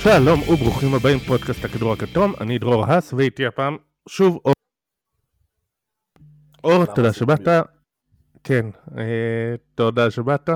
שלום וברוכים הבאים פודקאסט הכדור הכתום, אני דרור האס ואיתי הפעם שוב אור, תודה שבאת. כן, תודה שבאת.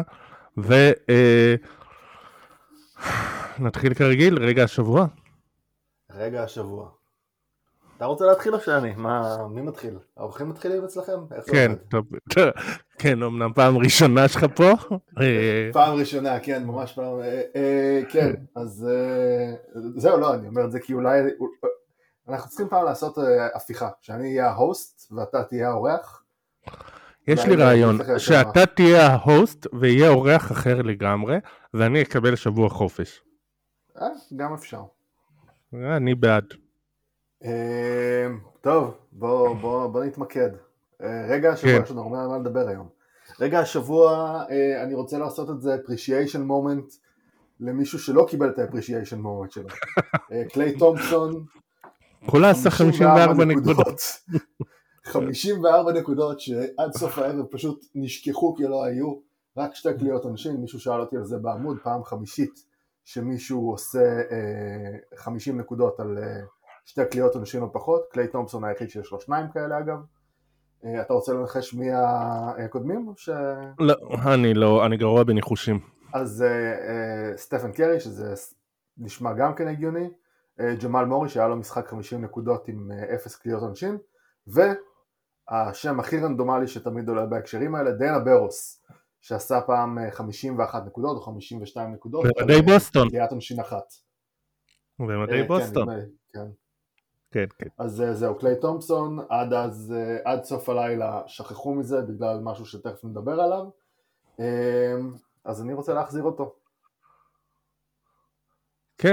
ונתחיל כרגיל, רגע השבוע. רגע השבוע. אתה רוצה להתחיל או שאני? מי מתחיל? האורחים מתחילים אצלכם? איך זה כן, עובד? טוב, כן, אמנם פעם ראשונה שלך פה. פעם ראשונה, כן, ממש פעם. כן, אז זהו, לא, אני אומר את זה כי אולי אנחנו צריכים פעם לעשות הפיכה, שאני אהיה ההוסט ואתה תהיה האורח. יש לי רעיון, שאתה תהיה ההוסט ויהיה אורח אחר לגמרי, ואני אקבל שבוע חופש. גם אפשר. אני בעד. טוב, בוא נתמקד. רגע השבוע, יש לנו הרבה מה לדבר היום. רגע השבוע, אני רוצה לעשות את זה appreciation moment למישהו שלא קיבל את ה-appreciation moment שלו. קליי תומפסון, כולה עשה 54 נקודות. 54 נקודות שעד סוף הערב פשוט נשכחו כי לא היו, רק 2 קליעות עונשין. מישהו שאל אותי על זה בעמוד, פעם חמישית שמישהו עושה 50 נקודות על 2 קליעות עונשין או פחות. קליי תומפסון היחיד שיש לו 2 כאלה אגב. אתה רוצה לנחש מי הקודמים? לא, אני גרוע בניחושים. אז סטפן קרי, שזה נשמע גם כן הגיוני, ג'מאל מורי שהיה לו משחק 50 נקודות עם 0 קליעות עונשין, והשם הכי רנדומלי שתמיד עולה בהקשרים האלה, דנה ברוס, שעשה פעם 51 נקודות או 52 נקודות. במדי בוסטון. קליעת עונשין אחת. במדי בוסטון. כן. אז זהו, קליי תומפסון, עד סוף הלילה שכחו מזה בגלל משהו שתכף נדבר עליו, אז אני רוצה להחזיר אותו. כן,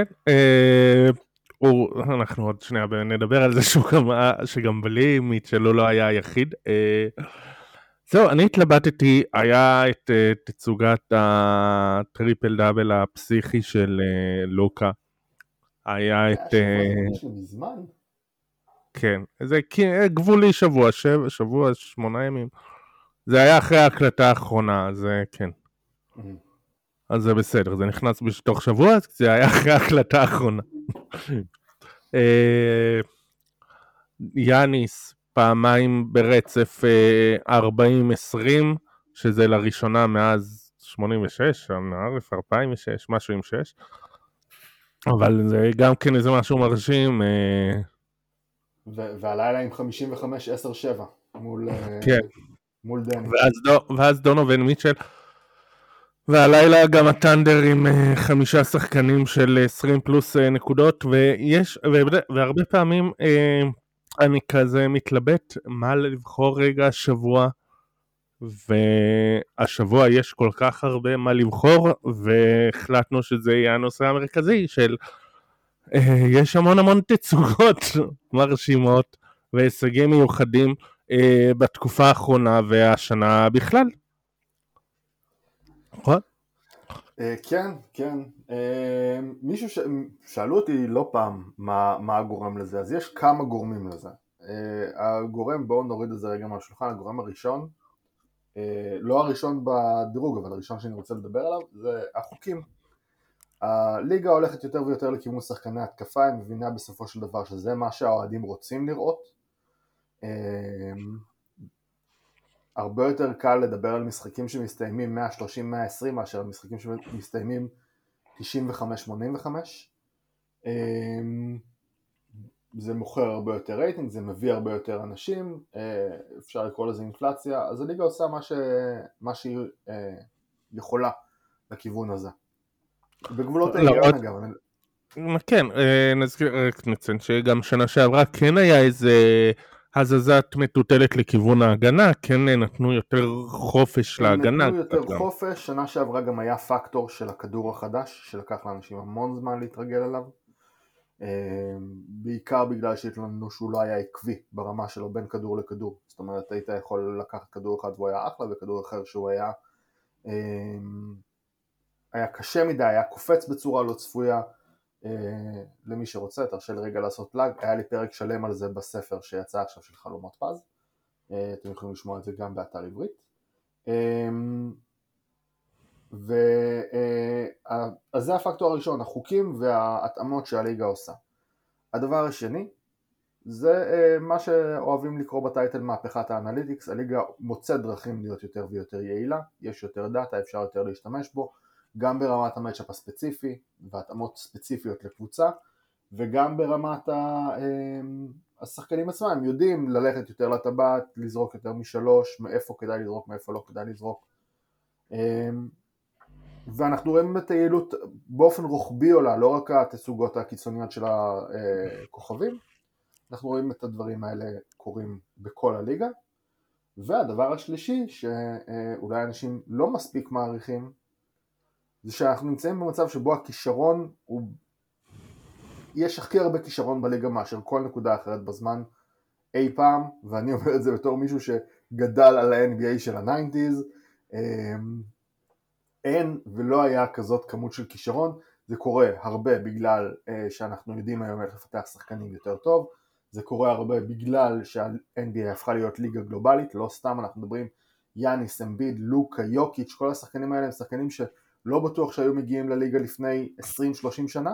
אנחנו עוד שנייה נדבר על זה שגם בלי מיטשל לא היה היחיד. זהו, אני התלבטתי, היה את תצוגת הטריפל דאבל הפסיכי של לוקה. היה את... זה מזמן. כן, זה גבולי שבוע 8 ימים. זה היה אחרי ההקלטה האחרונה, אז כן. אז זה בסדר, זה נכנס בתוך שבוע, אז זה היה אחרי ההקלטה האחרונה. יאניס, פעמיים ברצף 40-20, שזה לראשונה מאז 86, 2006, משהו עם 6. אבל זה גם כן איזה משהו מרשים. והלילה עם 55-10-7 מול דני. ואז דונובין מיטשל. והלילה גם הטנדר עם 5 שחקנים של 20 פלוס נקודות, והרבה פעמים אני כזה מתלבט מה לבחור רגע השבוע, והשבוע יש כל כך הרבה מה לבחור, והחלטנו שזה יהיה הנושא המרכזי של יש המון תצוגות מרשימות והישגים מיוחדים בתקופה האחרונה והשנה בכלל. נכון? כן. מישהו שאלו אותי לא פעם מה הגורם לזה, אז יש כמה גורמים לזה. הגורם, בואו נוריד את זה רגע מהשולחן, הגורם הראשון, לא הראשון בדירוג, אבל הראשון שאני רוצה לדבר עליו, זה החוקים. הליגה הולכת יותר ויותר לכיוון שחקני התקפה, היא מבינה בסופו של דבר שזה מה שהאוהדים רוצים לראות. הרבה יותר קל לדבר על משחקים שמסתיימים 130-120 מאשר על משחקים שמסתיימים 95-85. זה מוכר הרבה יותר רייטינג, זה מביא הרבה יותר אנשים, אפשר לקרוא לזה אינפלציה, אז הליגה עושה מה שהיא יכולה לכיוון הזה. בגבולות ההיגיון אגב. כן, נציין שגם שנה שעברה כן היה איזה הזזת מטוטלת לכיוון ההגנה, כן נתנו יותר חופש להגנה. נתנו יותר חופש, שנה שעברה גם היה פקטור של הכדור החדש, שלקח לאנשים המון זמן להתרגל עליו, בעיקר בגלל שהתלוננו שהוא לא היה עקבי ברמה שלו בין כדור לכדור, זאת אומרת היית יכול לקחת כדור אחד והוא היה אחלה, וכדור אחר שהוא היה קשה מדי, היה קופץ בצורה לא צפויה. למי שרוצה, תרשה לי רגע לעשות פלאג, היה לי פרק שלם על זה בספר שיצא עכשיו של חלומות פז, אתם יכולים לשמוע את זה גם באתר עברית. אז זה הפקטור הראשון, החוקים וההתאמות שהליגה עושה. הדבר השני, זה מה שאוהבים לקרוא בטייטל מהפכת האנליטיקס. הליגה מוצאת דרכים להיות יותר ויותר יעילה, יש יותר דאטה, אפשר יותר להשתמש בו, גם ברמת המאצ'אפ הספציפי והתאמות ספציפיות לקבוצה, וגם ברמת השחקנים עצמם, הם יודעים ללכת יותר לטבעת, לזרוק יותר משלוש, מאיפה כדאי לזרוק, מאיפה לא כדאי לזרוק. ואנחנו רואים את היעילות באופן רוחבי עולה, לא רק התסוגות הקיצוניות של הכוכבים, אנחנו רואים את הדברים האלה קורים בכל הליגה. והדבר השלישי, שאולי אנשים לא מספיק מעריכים, זה שאנחנו נמצאים במצב שבו הכישרון יש הכי הרבה כישרון בליגה מאשר כל נקודה אחרת בזמן אי פעם, ואני אומר את זה בתור מישהו שגדל על ה-NBA של ה-90s, אין ולא היה כזאת כמות של כישרון. זה קורה הרבה בגלל שאנחנו יודעים היום איך לפתח שחקנים יותר טוב, זה קורה הרבה בגלל שה-NBA הפכה להיות ליגה גלובלית, לא סתם אנחנו מדברים יאניס, אמביד, לוקה, יוקיץ', כל השחקנים האלה הם שחקנים שלא בטוח שהיו מגיעים לליגה לפני 20-30 שנה.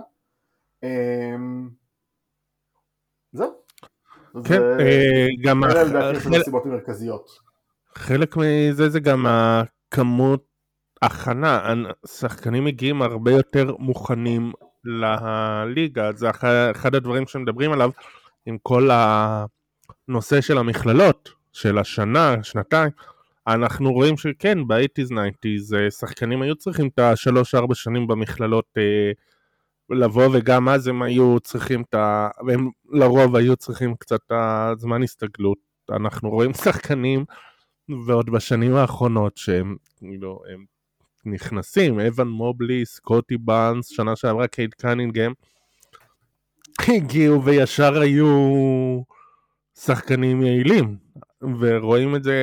זהו. כן, גם אלה לדעתי של הסיבות המרכזיות. חלק מזה זה גם הכמות הכנה, שחקנים מגיעים הרבה יותר מוכנים לליגה, זה אחד הדברים שמדברים עליו עם כל הנושא של המכללות, של השנה, שנתיים, אנחנו רואים שכן, ב-80s, 90s, שחקנים היו צריכים את ה3-4 שנים במכללות לבוא, וגם אז הם היו צריכים והם לרוב היו צריכים קצת זמן הסתגלות. אנחנו רואים שחקנים, ועוד בשנים האחרונות שהם הם נכנסים, אבן מובלי, סקוטי בארנס, שנה שעברה קייד קנינגהם, הגיעו וישר היו שחקנים יעילים, ורואים את זה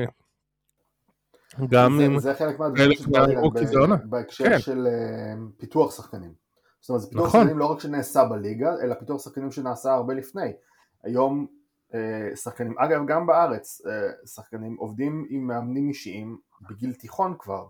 גם עם זה חלק מהדברים בהקשר של פיתוח שחקנים. זאת אומרת, זה פיתוח שחקנים לא רק שנעשה בליגה, אלא פיתוח שחקנים שנעשה הרבה לפני. היום שחקנים, אגב גם בארץ, שחקנים עובדים עם מאמנים אישיים בגיל תיכון כבר,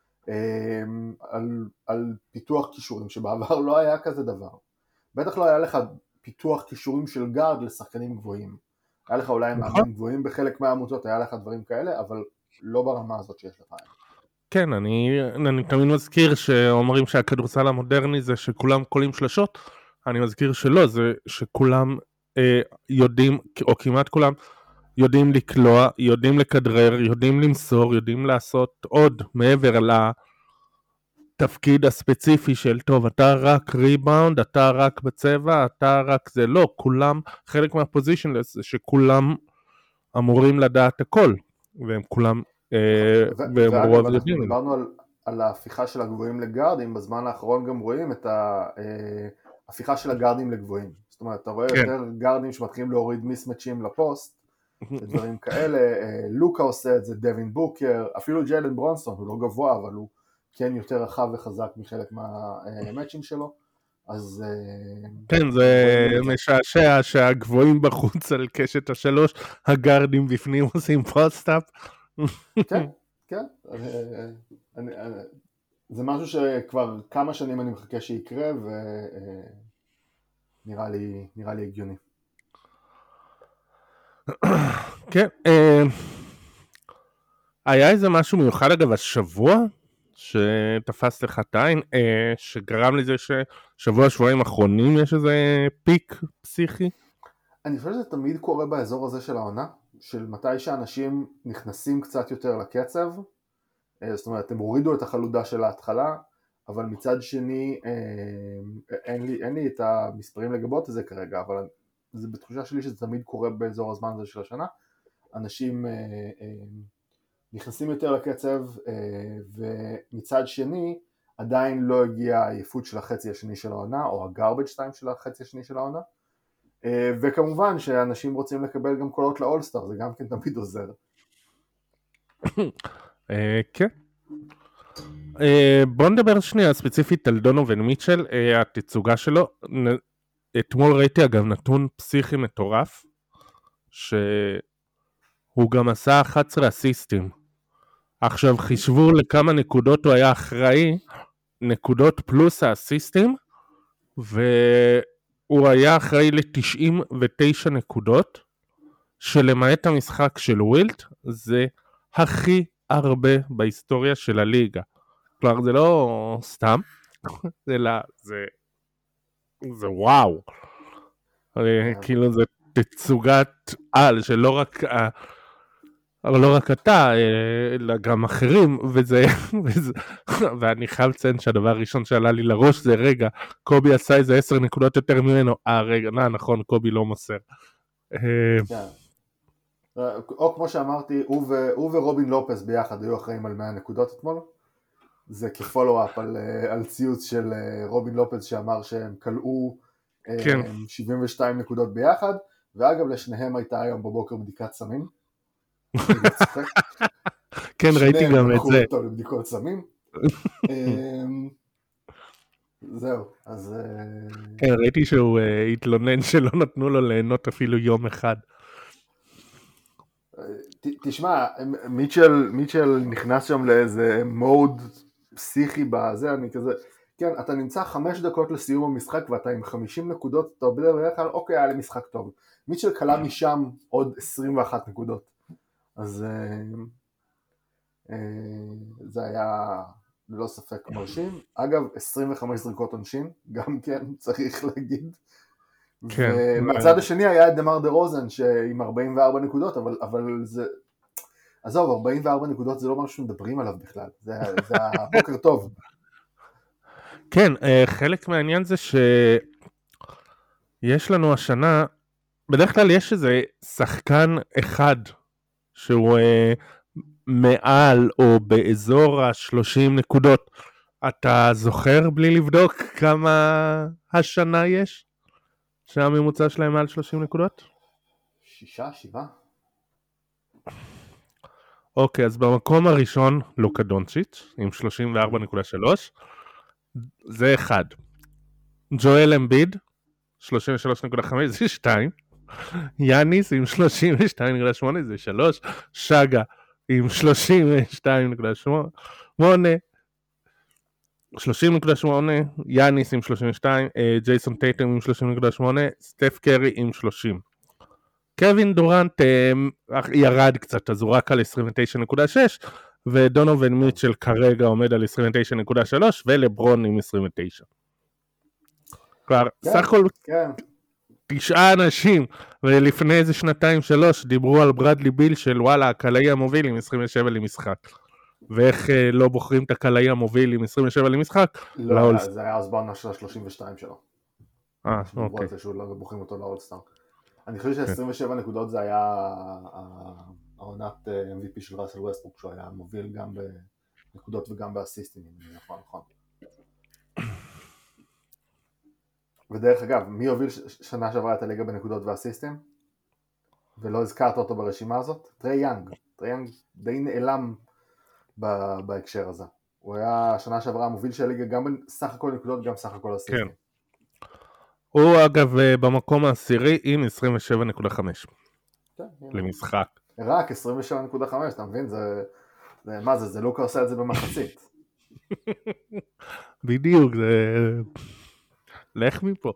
על פיתוח כישורים, שבעבר לא היה כזה דבר. בטח לא היה לך פיתוח כישורים של גארד לשחקנים גבוהים. היה לך אולי מאמנים גבוהים בחלק מהעמותות, היה לך דברים כאלה, אבל לא ברמה הזאת שיש לך. כן, אני תמיד מזכיר שאומרים שהכדורסל המודרני זה שכולם קולים שלשות, אני מזכיר שלא, זה שכולם יודעים, או כמעט כולם, יודעים לקלוע, יודעים לכדרר, יודעים למסור, יודעים לעשות עוד מעבר לתפקיד הספציפי של טוב, אתה רק ריבאונד, אתה רק בצבע, אתה רק זה לא, כולם, חלק מהפוזישן זה שכולם אמורים לדעת הכל, והם כולם, והם רוב יודעים. אנחנו דיברנו על ההפיכה של הגבוהים לגארדים, בזמן האחרון גם רואים את ההפיכה של הגארדים לגבוהים. זאת אומרת, אתה רואה יותר גארדים שמתחילים להוריד מיסמצ'ים לפוסט, דברים כאלה, לוקה עושה את זה, דווין בוקר, אפילו ג'יילן ברונסון, הוא לא גבוה, אבל הוא כן יותר רחב וחזק מחלק מהמאצ'ים שלו, אז... כן, זה משעשע שהגבוהים בחוץ על קשת השלוש, הגארדים בפנים עושים פוסט-אפ. כן, כן, זה משהו שכבר כמה שנים אני מחכה שיקרה, ונראה לי הגיוני. כן, היה איזה משהו מיוחד אגב השבוע שתפס לך את העין, שגרם לזה ששבוע שבועיים אחרונים יש איזה פיק פסיכי? אני חושב שזה תמיד קורה באזור הזה של העונה, של מתי שאנשים נכנסים קצת יותר לקצב, זאת אומרת הם הורידו את החלודה של ההתחלה, אבל מצד שני אין לי את המספרים לגבות את זה כרגע, אבל זה בתחושה שלי שזה תמיד קורה באזור הזמן הזה של השנה, אנשים נכנסים יותר לקצב, ומצד שני עדיין לא הגיע העייפות של החצי השני של העונה, או הגארבג' טיים של החצי השני של העונה, וכמובן שאנשים רוצים לקבל גם קולות לאולסטאר, זה גם כן תמיד עוזר. כן. בוא נדבר שנייה ספציפית על דונובין מיטשל, התצוגה שלו, אתמול ראיתי אגב נתון פסיכי מטורף, שהוא גם עשה 11 אסיסטים, עכשיו חישבו לכמה נקודות הוא היה אחראי, נקודות פלוס האסיסטים, והוא היה אחראי ל-99 נקודות, שלמעט המשחק של ווילט, זה הכי הרבה בהיסטוריה של הליגה. כלומר, זה לא סתם, זה וואו. כאילו זה תצוגת על, שלא רק... אבל לא רק אתה, אלא גם אחרים, ואני חייב לציין שהדבר הראשון שעלה לי לראש זה, רגע, קובי עשה איזה 10 נקודות יותר ממנו, רגע, נכון, קובי לא מוסר. או כמו שאמרתי, הוא ורובין לופס ביחד היו אחראים על 100 נקודות אתמול, זה כפולו-אפ על ציוץ של רובין לופס שאמר שהם קלעו 72 נקודות ביחד, ואגב לשניהם הייתה היום בבוקר בדיקת סמים, כן, ראיתי גם את זה. שניהם לקחו לבדיקות סמים. זהו, אז... כן, ראיתי שהוא התלונן שלא נתנו לו ליהנות אפילו יום אחד. תשמע, מיטשל נכנס שם לאיזה מוד פסיכי בזה, אני כזה... כן, אתה נמצא 5 דקות לסיום המשחק ואתה עם 50 נקודות, אתה בדרך כלל, אוקיי, היה לי משחק טוב. מיטשל קלה משם עוד 21 נקודות. אז זה היה ללא ספק מרשים. אגב, 25 זריקות עונשין, גם כן צריך להגיד. כן. ומהצד השני היה את דמר דה רוזן עם 44 נקודות, אבל זה... עזוב, 44 נקודות זה לא משהו שמדברים עליו בכלל, זה הבוקר טוב. כן, חלק מהעניין זה שיש לנו השנה, בדרך כלל יש איזה שחקן אחד, שהוא מעל או באזור ה-30 נקודות. אתה זוכר בלי לבדוק כמה השנה יש? שהממוצע שלהם מעל 30 נקודות? 6, 7. אוקיי, אז במקום הראשון לוקה דונצ'יץ' עם 34.3. זה 1. ג'ואל אמביד 33.5 זה 2. יאניס עם 32.8 זה 3. שגה עם 32.8, 30.8, יאניס עם 32, ג'ייסון טייטם עם 30.8, סטף קרי עם 30. קווין דורנט ירד קצת, אז הוא רק על 29.6, ודונובין מיטשל כרגע עומד על 29.3, ולברון עם 29. כבר סך הכל 9 אנשים, ולפני איזה 2-3 דיברו על ברדלי ביל של וואלה, הקלעי המוביל עם 27 למשחק. ואיך לא בוחרים את הקלעי המוביל עם 27 למשחק? לא, זה היה אז בעונה של ה-32 שלו. אוקיי. לא בוחרים אותו לאולסטאר. אני חושב ש-27 נקודות זה היה העונת MVP של ראסל ווסטברוק, שהוא היה מוביל גם בנקודות וגם באסיסטים, נכון. ודרך אגב, מי הוביל שנה שעברה את הליגה בנקודות ואסיסטים? ולא הזכרת אותו ברשימה הזאת? טרי יאנג די נעלם בהקשר הזה. הוא היה שנה שעברה המוביל של הליגה גם בסך הכל נקודות, גם בסך הכל אסיסטים. כן. הוא אגב במקום העשירי עם 27.5 למשחק. רק 27.5, אתה מבין? מה זה? זה לוקה עושה את זה במחצית. בדיוק, זה... לך מפה.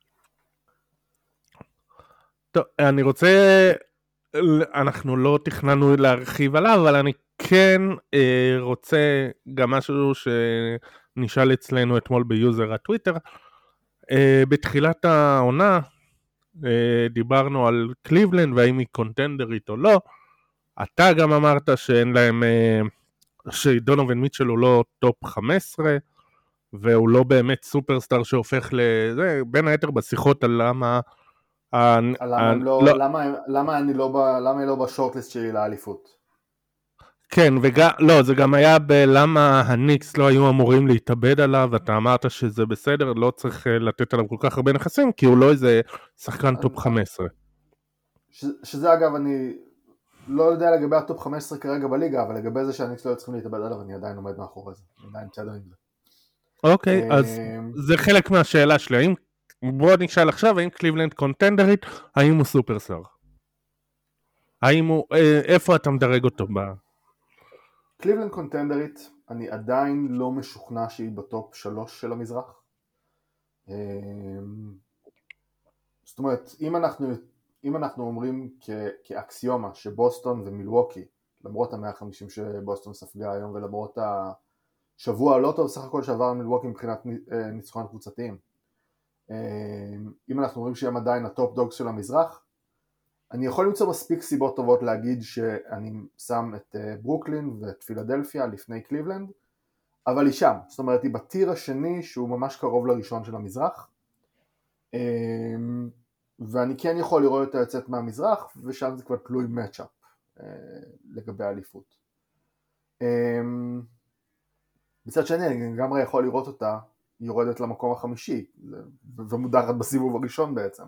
טוב, אני רוצה... אנחנו לא תכננו להרחיב עליו, אבל אני כן רוצה גם משהו שנשאל אצלנו אתמול ביוזר הטוויטר. בתחילת העונה דיברנו על קליבלנד והאם היא קונטנדרית או לא. אתה גם אמרת שאין להם, שדונובין מיטשל הוא לא טופ 15 והוא לא באמת סופרסטאר שהופך לזה, בין היתר בשיחות על למה למה היא לא בשורטליסט שלי לאליפות. כן, לא, זה גם היה בלמה הניקס לא היו אמורים להתאבד עליו, ואתה אמרת שזה בסדר, לא צריך לתת עליו כל כך הרבה נכסים, כי הוא לא איזה שחקן טופ 15. שזה אגב, אני לא יודע לגבי הטופ 15 כרגע בליגה, אבל לגבי זה שהניקס לא צריכים להתאבד עליו, אני עדיין עומד מאחורי זה, אני עדיין בסדר עם זה. אוקיי, אז זה חלק מהשאלה שלי, בוא נשאל עכשיו, האם קליבלנד קונטנדרית, האם הוא סופרסטאר? איפה אתה מדרג אותו ב... קליבלנד קונטנדרית, אני עדיין לא משוכנע שהיא בטופ 3 של המזרח. זאת אומרת, אם אנחנו אומרים כאקסיומה שבוסטון ומילווקי, למרות ה-150 שבוסטון ספגה היום ולמרות השבוע לא טוב סך הכל שעבר מילווקי מבחינת ניצחון קבוצתיים, אם אנחנו אומרים שהם עדיין הטופ דוגס של המזרח, אני יכול למצוא מספיק סיבות טובות להגיד שאני שם את ברוקלין ואת פילדלפיה לפני קליבלנד, אבל היא שם, זאת אומרת היא בטיר השני שהוא ממש קרוב לראשון של המזרח, ואני כן יכול לראות אותה יוצאת מהמזרח, ושם זה כבר תלוי מאצ'אפ לגבי האליפות. מצד שני אני גם יכול לראות אותה יורדת למקום החמישי, ומודחת בסיבוב הראשון בעצם.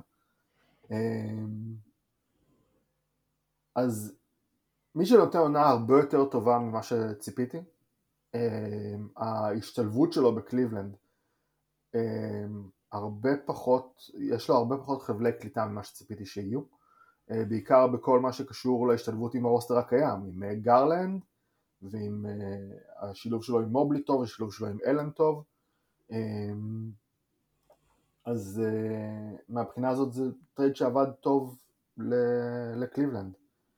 אז מי שנותן עונה הרבה יותר טובה ממה שציפיתי, ההשתלבות שלו בקליבלנד, יש לו הרבה פחות חבלי קליטה ממה שציפיתי שיהיו, בעיקר בכל מה שקשור להשתלבות עם הרוסטר הקיים, עם גרלנד, ועם השילוב שלו עם מובלי טוב, השילוב שלו עם אלן טוב, אז מהבחינה הזאת זה טרייד שעבד טוב לקליבלנד.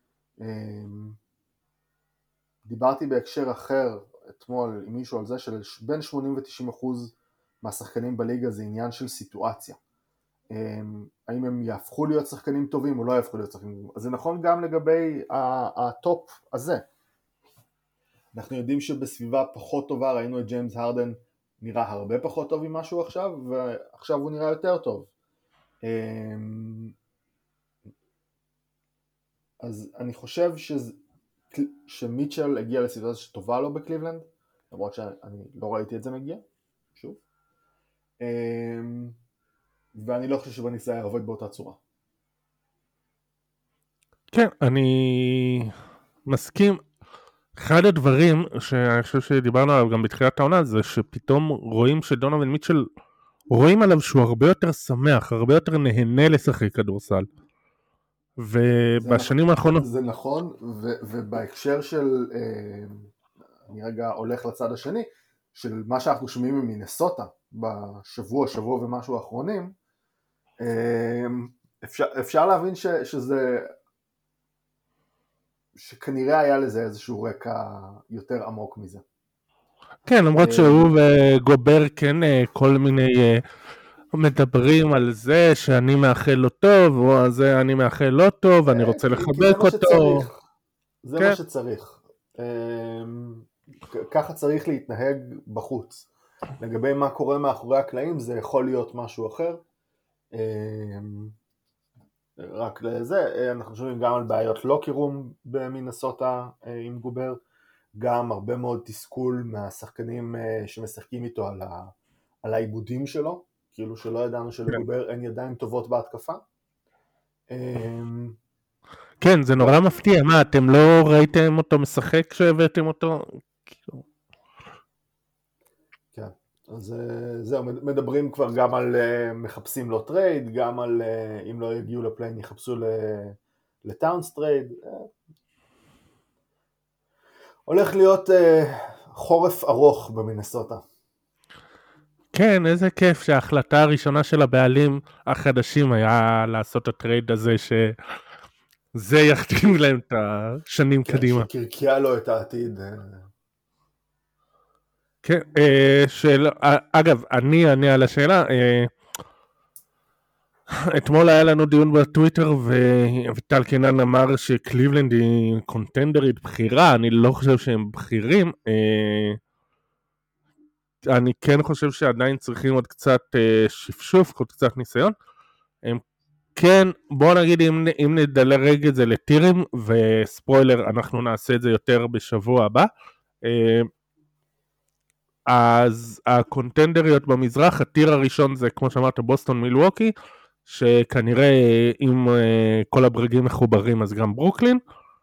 דיברתי בהקשר אחר אתמול עם מישהו על זה שבין 80-90% מהשחקנים בליגה זה עניין של סיטואציה, האם הם יהפכו להיות שחקנים טובים או לא יהפכו להיות שחקנים טובים. אז זה נכון גם לגבי הטופ הזה. אנחנו יודעים שבסביבה פחות טובה ראינו את ג'יימס הרדן נראה הרבה פחות טוב ממה שהוא עכשיו, ועכשיו הוא נראה יותר טוב. אז אני חושב שמיטשל הגיע לסיטואציה שטובה לו בקליבלנד, למרות שאני לא ראיתי את זה מגיע, שוב. ואני לא חושב שבניסה יעבוד באותה צורה. כן, אני מסכים. אחד הדברים שאני חושב שדיברנו עליו גם בתחילת העונה זה שפתאום רואים שדונובין מיטשל, רואים עליו שהוא הרבה יותר שמח, הרבה יותר נהנה לשחק כדורסל. ובשנים האחרונות... זה נכון, ובהקשר של, אני רגע הולך לצד השני, של מה שאנחנו שומעים ממינסוטה בשבוע ומשהו האחרונים, אפשר להבין שכנראה היה לזה איזשהו רקע יותר עמוק מזה. כן, למרות שהוא וגובר כן כל מיני מדברים על זה שאני מאחל לו טוב, או על זה אני מאחל לא טוב, אני רוצה לחבק אותו. זה מה שצריך. ככה צריך להתנהג בחוץ. לגבי מה קורה מאחורי הקלעים, זה יכול להיות משהו אחר. רק לזה, אנחנו שומעים גם על בעיות לוקי-רום במינסוטה עם גובר, גם הרבה מאוד תסכול מהשחקנים שמשחקים איתו על העיבודים שלו, כאילו שלא ידענו שלגובר אין ידיים טובות בהתקפה. כן, זה נורא מפתיע, מה, אתם לא ראיתם אותו משחק כשהבאתם אותו? כן, אז זהו, מדברים כבר גם על מחפשים לו טרייד, גם על אם לא יגיעו לפליין יחפשו לטאונס טרייד. הולך להיות חורף ארוך במינסוטה. כן, איזה כיף שההחלטה הראשונה של הבעלים החדשים היה לעשות את הטרייד הזה, שזה יכתים להם את השנים קדימה. שקרקיה לו את העתיד. כן, אגב, אני אענה על השאלה. אתמול היה לנו דיון בטוויטר, וטל קינן אמר שקליבלנד היא קונטנדרית בחירה, אני לא חושב שהם בחירים. אני כן חושב שעדיין צריכים עוד קצת שפשוף, עוד קצת ניסיון. כן, בוא נגיד אם נדלג את זה לטירים, וספוילר, אנחנו נעשה את זה יותר בשבוע הבא. אז הקונטנדריות במזרח, הטיר הראשון זה כמו שאמרת בוסטון מילווקי, שכנראה אם כל הברגים מחוברים אז גם ברוקלין,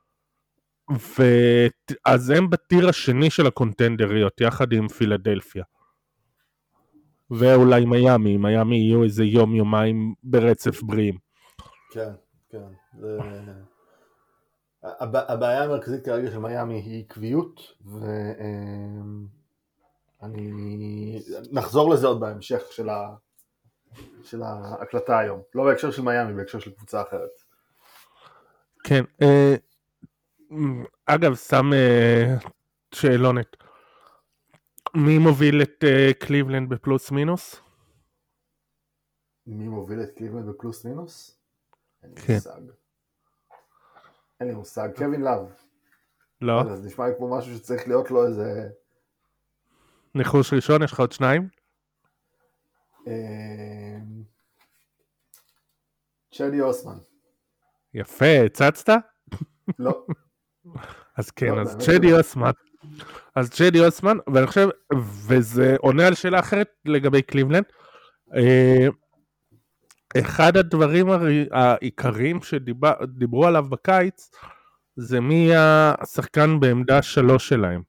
אז הם בטיר השני של הקונטנדריות יחד עם פילדלפיה. ואולי מיאמי יהיו איזה יומיים ברצף בריאים. כן, כן. הבעיה המרכזית כרגע של מיאמי היא עקביות, נחזור לזה עוד בהמשך של ההקלטה היום, לא בהקשר של מיאמי, בהקשר של קבוצה אחרת. כן, אגב, שם שאלונת. מי מוביל את קליבלנד בפלוס מינוס? מי מוביל את קליבלנד בפלוס מינוס? כן. אין לי מושג. קווין לאב. לא. אז נשמע לי כמו משהו שצריך להיות לו איזה... ניחוש ראשון, יש לך עוד שניים? צ'די אוסמן. יפה, הצצת? לא. אז כן, אז צ'די אוסמן, ואני חושב, וזה עונה על שאלה אחרת לגבי קליבלנד, אחד הדברים העיקריים שדיברו עליו בקיץ, זה מי השחקן בעמדה 3 שלהם.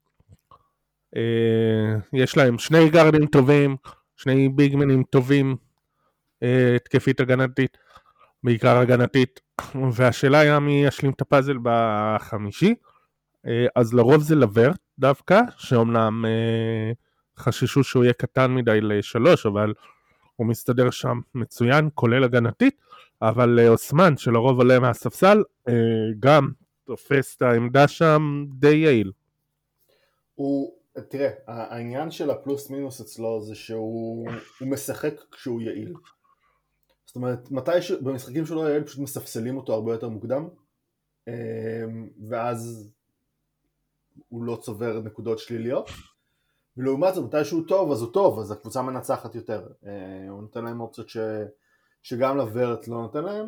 יש להם שני גארדים טובים, שני ביגמנים טובים, תקפית הגנתית, בעיקר הגנתית, והשאלה היה מי ישלים את הפאזל בחמישי, אז לרוב זה לברט דווקא, שאומנם חששו שהוא יהיה קטן מדי ל3, אבל הוא מסתדר שם מצוין, כולל הגנתית, אבל אוסמן שלרוב עולה מהספסל, גם תופס את העמדה שם די יעיל. תראה, העניין של הפלוס מינוס אצלו זה שהוא משחק כשהוא יעיל. זאת אומרת, במשחקים שלו יעיל פשוט מספסלים אותו הרבה יותר מוקדם, ואז הוא לא צובר נקודות שליליות, ולעומת זאת, מתי שהוא טוב, אז הוא טוב, אז הקבוצה מנצחת יותר. הוא נותן להם אופציות שגם לברט לא נותן להם.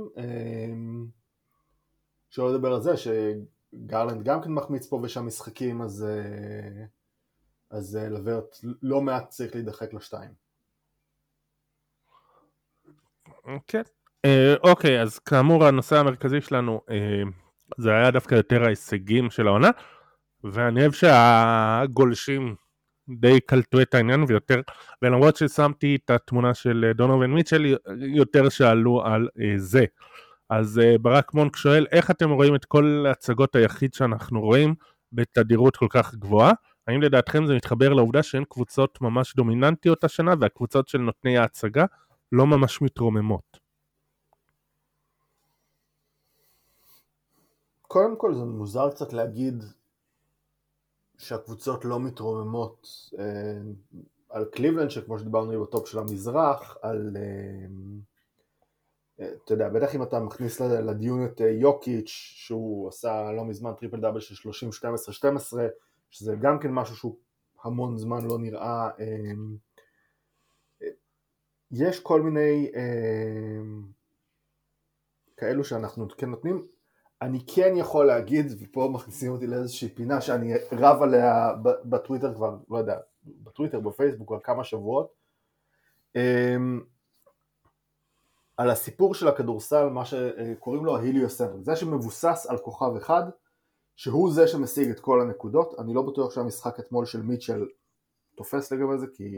שלא לדבר על זה, שגרלנד גם כן מחמיץ פה ושם משחקים, אז לברט לא מעט צריך להידחק לשתיים. כן. אוקיי, אז כאמור הנושא המרכזי שלנו, זה היה דווקא יותר ההישגים של העונה, ואני אוהב שהגולשים די קלטו את העניין ויותר, ולמרות ששמתי את התמונה של דונובין מיטשל, יותר שאלו על זה. אז ברק מונק שואל, איך אתם רואים את כל ההצגות היחיד שאנחנו רואים בתדירות כל כך גבוהה? האם לדעתכם זה מתחבר לעובדה שאין קבוצות ממש דומיננטיות השנה, והקבוצות של נותני ההצגה לא ממש מתרוממות? קודם כל זה מוזר קצת להגיד שהקבוצות לא מתרוממות על קליבלנד, שכמו שדיברנו היא בטופ של המזרח, על, אתה יודע, בטח אם אתה מכניס לדיון את יוקיץ' שהוא עשה לא מזמן טריפל דאבל של 30, 12, 12, שזה גם כן משהו שהוא המון זמן לא נראה. יש כל מיני כאלו שאנחנו כן נותנים. אני כן יכול להגיד, ופה מכניסים אותי לאיזושהי פינה שאני רב עליה בטוויטר כבר, לא יודע, בטוויטר, בפייסבוק כבר כמה שבועות, על הסיפור של הכדורסל, מה שקוראים לו ההיליוסנטריק, זה שמבוסס על כוכב אחד, שהוא זה שמשיג את כל הנקודות. אני לא בטוח שהמשחק אתמול של מיטשל תופס לגבי זה, כי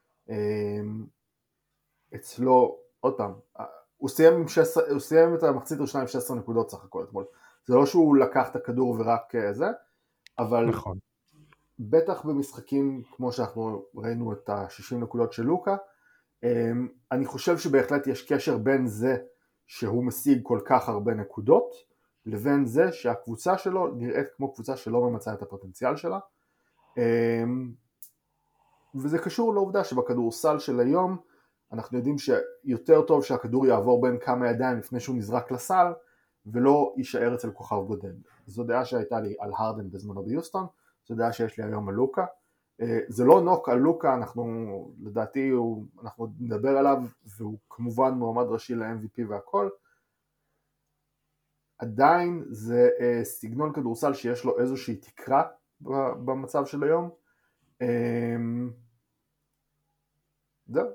אצלו, עוד פעם, הוא סיים את המחצית ראשונה 16 נקודות סך הכל אתמול. זה לא שהוא לקח את הכדור ורק זה, אבל נכון. בטח במשחקים כמו שאנחנו ראינו את ה-60 נקודות של לוקה, אני חושב שבהחלט יש קשר בין זה שהוא משיג כל כך הרבה נקודות, לבין זה שהקבוצה שלו נראית כמו קבוצה שלא ממצאה את הפוטנציאל שלה, וזה קשור לעובדה שבכדורסל של היום, אנחנו יודעים שיותר טוב שהכדור יעבור בין כמה ידיים לפני שהוא נזרק לסל, ולא יישאר אצל כוכב בודד. זו דעה שהייתה לי על הרדן בזמנו ביוסטון, זו דעה שיש לי היום על לוקה. זה לא נוק על לוקה, לדעתי אנחנו נדבר עליו, והוא כמובן מועמד ראשי ל-MVP והכל. עדיין זה סגנון כדורסל שיש לו איזושהי תקרה במצב של היום. זהו.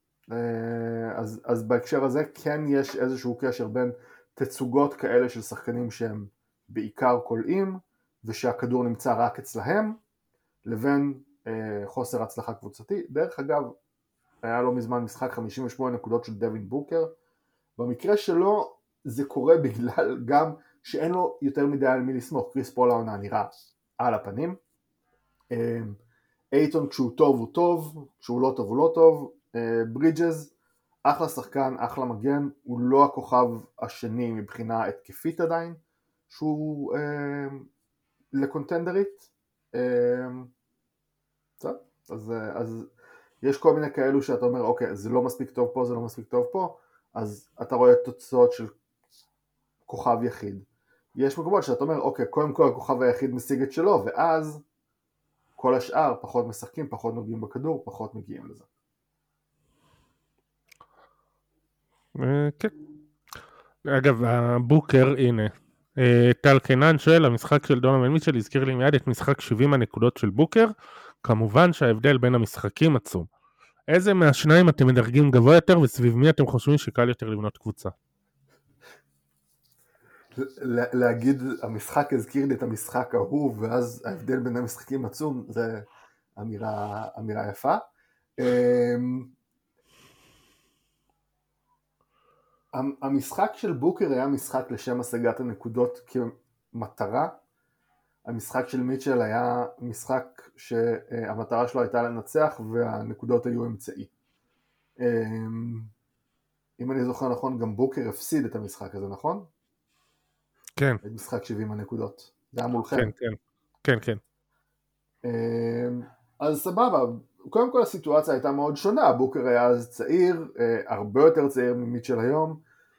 אז בהקשר הזה כן יש איזשהו קשר בין תצוגות כאלה של שחקנים שהם בעיקר קולעים ושהכדור נמצא רק אצלהם, לבין חוסר הצלחה קבוצתי. דרך אגב, היה לא מזמן משחק 58 נקודות של דווין בוקר, במקרה שלו זה קורה בגלל גם שאין לו יותר מדי על מי לסמוך. קריס פול העונה נראה על הפנים, אייטון כשהוא טוב הוא טוב, כשהוא לא טוב הוא לא טוב, ברידג'ז אחלה שחקן, אחלה מגן, הוא לא הכוכב השני מבחינה התקפית עדיין, שהוא לקונטנדרית, אז יש כל מיני כאלו שאתה אומר, אוקיי, זה לא מספיק טוב פה, זה לא מספיק טוב פה, אז אתה רואה תוצאות של כוכב יחיד. יש מקומות שאתה אומר, אוקיי, קודם כל הכוכב היחיד משיג את שלו, ואז כל השאר פחות משחקים, פחות נוגעים בכדור, פחות מגיעים לזה. כן. אגב, הבוקר, הנה, טל קינן שואל, המשחק של דונובל מיטשל הזכיר לי מיד את משחק 70 הנקודות של בוקר, כמובן שההבדל בין המשחקים עצום. איזה מהשניים אתם מדרגים גבוה יותר, וסביב מי אתם חושבים שקל יותר לבנות קבוצה? להגיד, המשחק הזכיר לי את המשחק ההוא, ואז ההבדל בין המשחקים עצום, זה אמירה יפה. המשחק של בוקר היה משחק לשם השגת הנקודות כמטרה, המשחק של מיטשל היה משחק שהמטרה שלו הייתה לנצח והנקודות היו אמצעי. אם אני זוכר נכון, גם בוקר הפסיד את המשחק הזה, נכון? כן. את משחק 70 הנקודות. זה היה מולכם. כן, כן. כן, כן. אז סבבה, קודם כל הסיטואציה הייתה מאוד שונה, בוקר היה אז צעיר, הרבה יותר צעיר ממיטשל היום,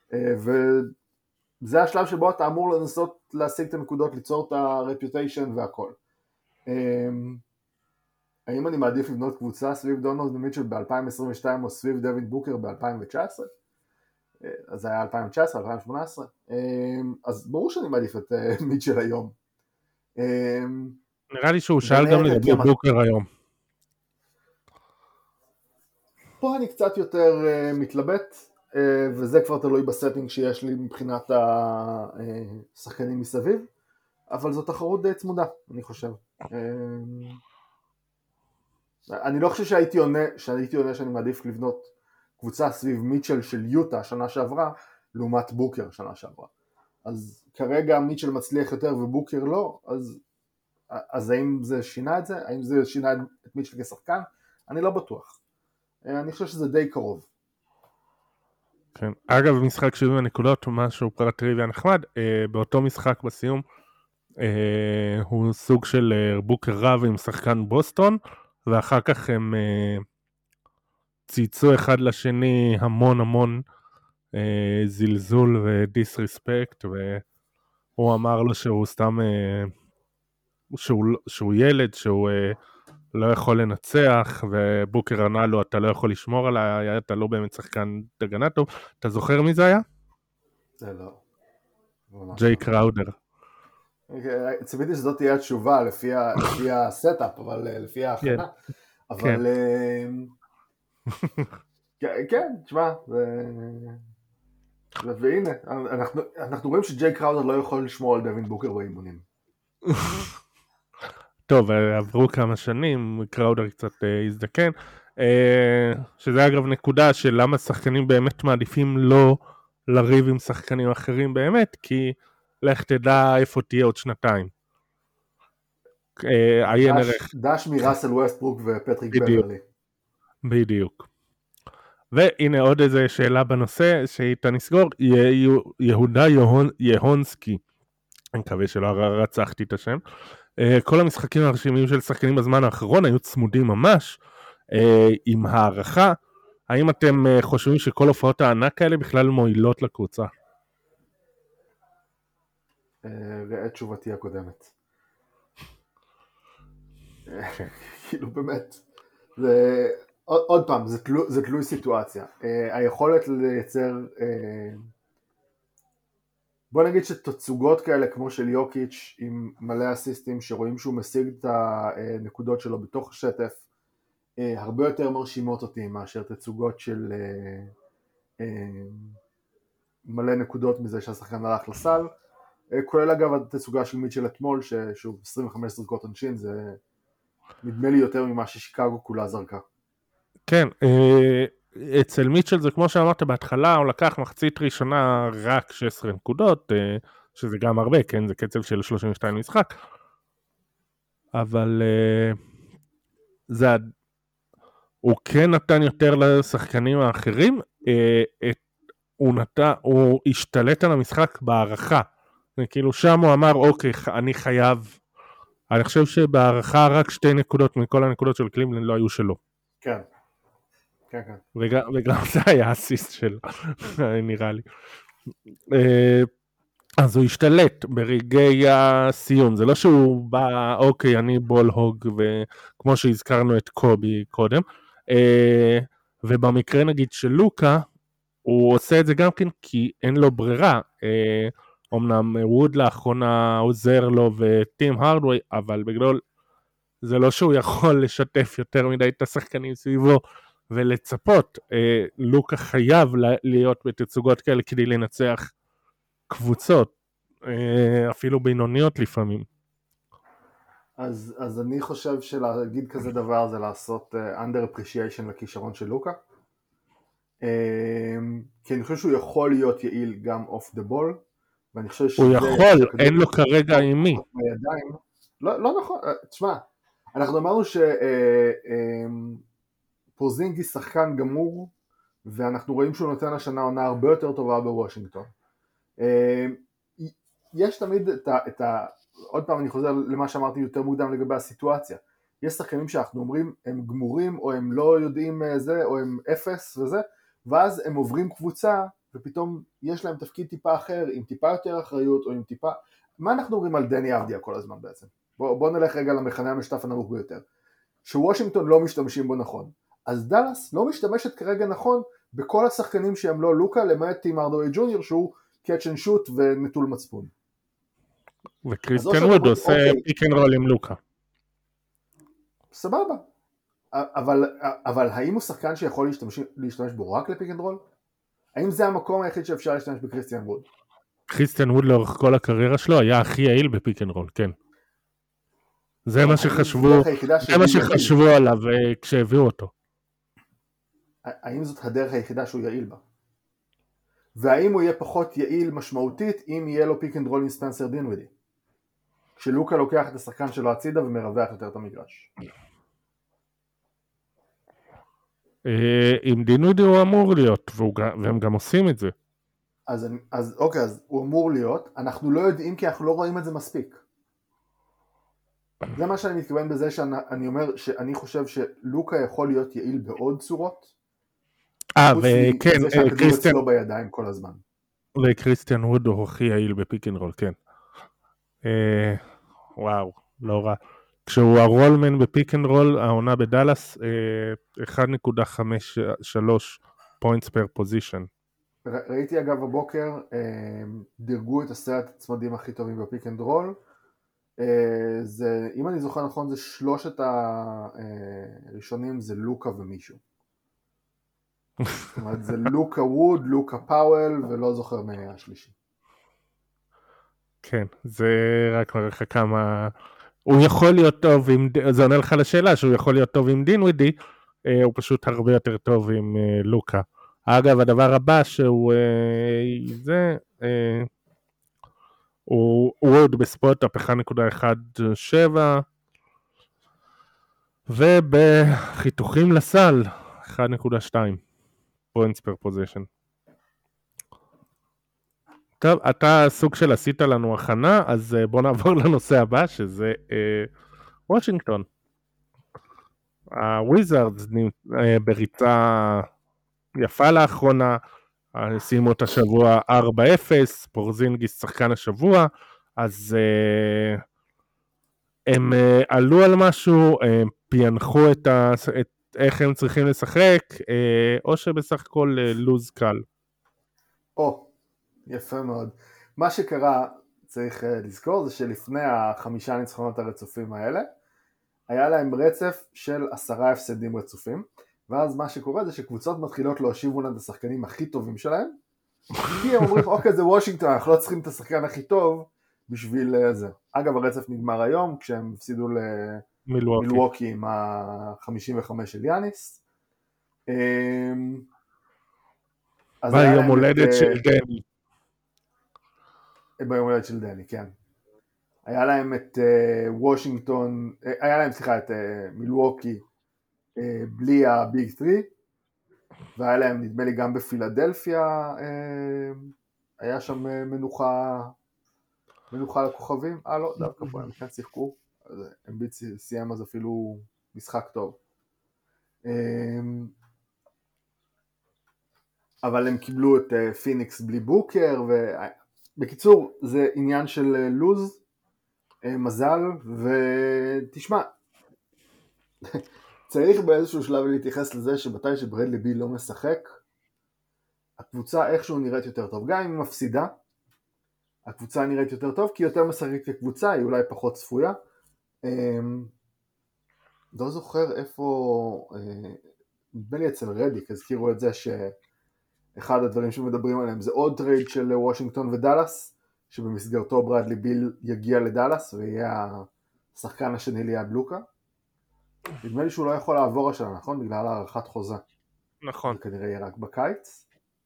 וזה השלב שבו אתה אמור לנסות להשיג את הנקודות, ליצור את הרפיוטיישן והכל. האם אני מעדיף לבנות קבוצה סביב דונלד ומיטשל ב-2022 או סביב דווין בוקר ב-2019? אז זה היה 2019, 2018, אז ברור שאני מעדיף את מיטשל היום. נראה לי שהוא שאל גם לגבי בוקר היום. פה אני קצת יותר מתלבט, וזה כבר תלוי בסטינג שיש לי מבחינת השחקנים מסביב, אבל זו תחרות די צמודה, אני חושב. אני לא חושב שהייתי עונה שאני מעדיף לבנות קבוצה סביב מיטשל של יוטה שנה שעברה, לעומת בוקר שנה שעברה. אז כרגע מיטשל מצליח יותר ובוקר לא, אז האם זה שינה את זה? האם זה שינה את מיטשל כשחקן? אני לא בטוח. אני חושב שזה די קרוב. כן. אגב, משחק 70 הנקודות הוא משהו פרט טריוויה נחמד, באותו משחק בסיום, הוא סוג של בוקר רב עם שחקן בוסטון, ואחר כך הם צייצו אחד לשני המון זלזול ודיסריספקט, והוא אמר לו שהוא סתם, שהוא ילד, שהוא לא יכול לנצח, ובוקר ענה לו, אתה לא יכול לשמור עליי, אתה לא באמת שחקן הגנה טוב. אתה זוכר מי זה היה? זה לא. ג'יי קראודר. ציפיתי שזאת תהיה התשובה לפי הסטאפ, אבל לפי ההכנה. אבל כן, תשמע, והנה, אנחנו רואים שג'יי קראודר לא יכול לשמור על דווין בוקר באימונים. טוב, עברו כמה שנים, קראודר קצת הזדקן, שזה אגב נקודה של למה שחקנים באמת מעדיפים לא לריב עם שחקנים אחרים באמת, כי לך תדע איפה תהיה עוד שנתיים. דש מראסל ווסטברוק ופטריק בברלי. בדיוק. והנה עוד איזה שאלה בנושא שאיתה נסגור, יהודה יהונסקי, אני מקווה שלא רצחתי את השם, כל המשחקים הרשימיים של שחקנים בזמן האחרון היו צמודים ממש, עם הערכה. האם אתם חושבים שכל הופעות הענק האלה בכלל מועילות לקבוצה? ראה תשובתי הקודמת. כאילו באמת, עוד פעם, זה תלוי סיטואציה. היכולת לייצר, בוא נגיד שתצוגות כאלה כמו של יוקיץ' עם מלא אסיסטים שרואים שהוא משיג את הנקודות שלו בתוך השטף, הרבה יותר מרשימות אותי מאשר תצוגות של מלא נקודות מזה שהשחקן הלך לסל, כולל אגב התצוגה של מיטשל אתמול, ששוב 25 זריקות עונשין, זה נדמה לי יותר ממה ששיקגו כולה זרקה. כן, אצל מיטשל זה כמו שאמרת בהתחלה, הוא לקח מחצית ראשונה רק 16 נקודות, שזה גם הרבה, כן, זה קצב של 32 משחק, אבל הוא כן נתן יותר לשחקנים האחרים, הוא השתלט על המשחק בהערכה, כאילו שם הוא אמר אוקיי, אני חייב, אני חושב שבהערכה רק 2 נקודות מכל הנקודות של קליבלנד לא היו שלו. כן. כן, כן. וגם זה היה אסיסט שלו, נראה לי. אז הוא השתלט ברגעי הסיום, זה לא שהוא בא, אוקיי, אני בול הוג, וכמו שהזכרנו את קובי קודם, ובמקרה נגיד של לוקה, הוא עושה את זה גם כן כי אין לו ברירה, אמנם ווד לאחרונה עוזר לו וטים הרדווי, אבל בגדול זה לא שהוא יכול לשתף יותר מדי את השחקנים סביבו ולצפות, לוקה חייב להיות בתצוגות כאלה כדי לנצח קבוצות, אפילו בינוניות לפעמים. אז אני חושב שלהגיד כזה דבר זה לעשות under appreciation לכישרון של לוקה, כי אני חושב שהוא יכול להיות יעיל גם off the ball, ואני חושב הוא יכול, אין לו כרגע עם מי. לא נכון, תשמע, אנחנו אמרנו פורזינגיס שחקן גמור, ואנחנו רואים שהוא נותן השנה עונה הרבה יותר טובה בוושינגטון. יש תמיד עוד פעם אני חוזר למה שאמרתי יותר מוקדם לגבי הסיטואציה, יש שחקנים שאנחנו אומרים הם גמורים או הם לא יודעים זה או הם אפס וזה, ואז הם עוברים קבוצה ופתאום יש להם תפקיד טיפה אחר עם טיפה יותר אחריות או עם טיפה, מה אנחנו אומרים על דני אבדיה כל הזמן בעצם? בוא נלך רגע למכנה המשותף הנמוך ביותר, שוושינגטון לא משתמשים בו נכון, אז דלס לא משתמשת כרגע נכון בכל השחקנים שהם לא לוקה, למעט טים הרדווי ג'וניור שהוא catch and shoot ונטול מצפון. וקריסטיאן ווד עושה פיק אנד רול עם לוקה. סבבה. אבל האם הוא שחקן שיכול להשתמש בו רק לפיק אנד רול? האם זה המקום היחיד שאפשר להשתמש בקריסטיאן ווד? קריסטיאן ווד לאורך כל הקריירה שלו היה הכי יעיל בפיק אנד רול, כן. זה מה שחשבו עליו כשהביאו אותו. האם זאת הדרך היחידה שהוא יעיל בה? והאם הוא יהיה פחות יעיל משמעותית אם יהיה לו פיק אנד רול עם ספנסר דינווידי? כשלוקה לוקח את השחקן שלו הצידה ומרווח יותר את המגרש. עם דינווידי הוא אמור להיות, והם גם עושים את זה. אז אוקיי, אז הוא אמור להיות, אנחנו לא יודעים כי אנחנו לא רואים את זה מספיק. זה מה שאני מתכוון בזה שאני אומר שאני חושב שלוקה יכול להיות יעיל בעוד צורות. וכן, זה שהכדור אצלו בידיים כל הזמן. וקריסטיאן ווד הוא הכי יעיל בפיק אנד רול, כן. וואו, לא רע. כשהוא הרולמן בפיק אנד רול, העונה בדלס, 1.53 points per position. ראיתי אגב הבוקר, דירגו את 10 הצמדים הכי טובים בפיק אנד רול, אם אני זוכר נכון זה 3 הראשונים זה לוקה ומישהו. זאת אומרת זה לוקה ווד, לוקה פאוול ולא זוכר מי השלישי. כן, זה רק מראה לך כמה... הוא יכול להיות טוב עם... זה עונה לך לשאלה שהוא יכול להיות טוב עם דינווידי, הוא פשוט הרבה יותר טוב עם לוקה. אגב, הדבר הבא שהוא... זה... הוא עוד בספוט-אפ 1.17 ובחיתוכים לסל 1.2 points per possession. טוב, אתה סוג של עשית לנו הכנה, אז בוא נעבור לנושא הבא, שזה וושינגטון. הוויזארדס בריצה יפה לאחרונה, סיימו את השבוע 4-0, פורזינגיס שחקן השבוע, אז הם עלו על משהו, הם פיענחו איך הם צריכים לשחק, או שבסך הכל לוז קל. יפה מאוד. מה שקרה, צריך לזכור, זה שלפני 5 ניצחונות הרצופים האלה, היה להם רצף של 10 הפסדים רצופים, ואז מה שקורה זה שקבוצות מתחילות להושיב מולם את השחקנים הכי טובים שלהם, כי הם אומרים, אוקיי, זה וושינגטון, אנחנו לא צריכים את השחקן הכי טוב בשביל זה. אגב, הרצף נגמר היום, כשהם הפסידו למילווקי עם ה-55 של יאניס. ביום הולדת של דני. ביום הולדת של דני, כן. היה להם את וושינגטון, היה להם, סליחה, את מילווקי בלי הביג 3, והיה להם, נדמה לי, גם בפילדלפיה, היה שם מנוחה לכוכבים. לא, דווקא פה הם כן שיחקו, אמביט סיים אז אפילו משחק טוב. אבל הם קיבלו את פיניקס בלי בוקר, בקיצור, זה עניין של לוז, מזל, ותשמע, צריך באיזשהו שלב להתייחס לזה שבתי שברדלי ביל לא משחק, הקבוצה איכשהו נראית יותר טוב, גם אם היא מפסידה, הקבוצה נראית יותר טוב, כי יותר משחקת כקבוצה, היא אולי פחות צפויה. לא זוכר איפה, נדמה לי אצל רדיק, הזכירו את זה שאחד הדברים שמדברים עליהם זה עוד טרייד של וושינגטון ודלס, שבמסגרתו ברדלי ביל יגיע לדלס ויהיה השחקן השני ליד לוקה. נדמה לי שהוא לא יכול לעבור השנה, נכון? בגלל הערכת חוזה. נכון. זה כנראה יהיה רק בקיץ.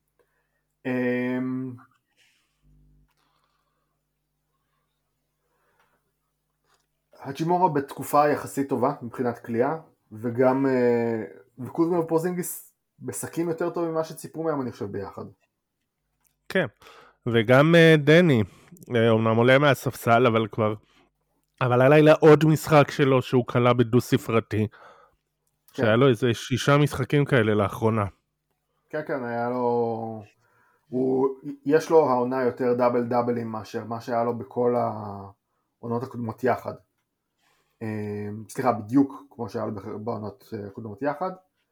הג'ימורה בתקופה יחסית טובה מבחינת קליעה, וגם וקוזמה ופורזינגיס בסכים יותר טוב ממה שציפו מהם, אני חושב, ביחד. כן, וגם דני, אומנם עולה מהספסל, אבל הלילה עוד משחק שלו שהוא קלה בדו ספרתי, שהיה לו איזה 6 משחקים כאלה לאחרונה. כן, היה לו, יש לו העונה יותר דאבלים מאשר מה שהיה לו בכל העונות הקודמות יחד. סליחה, בדיוק כמו שהיה לו בעונות הקודמות יחד.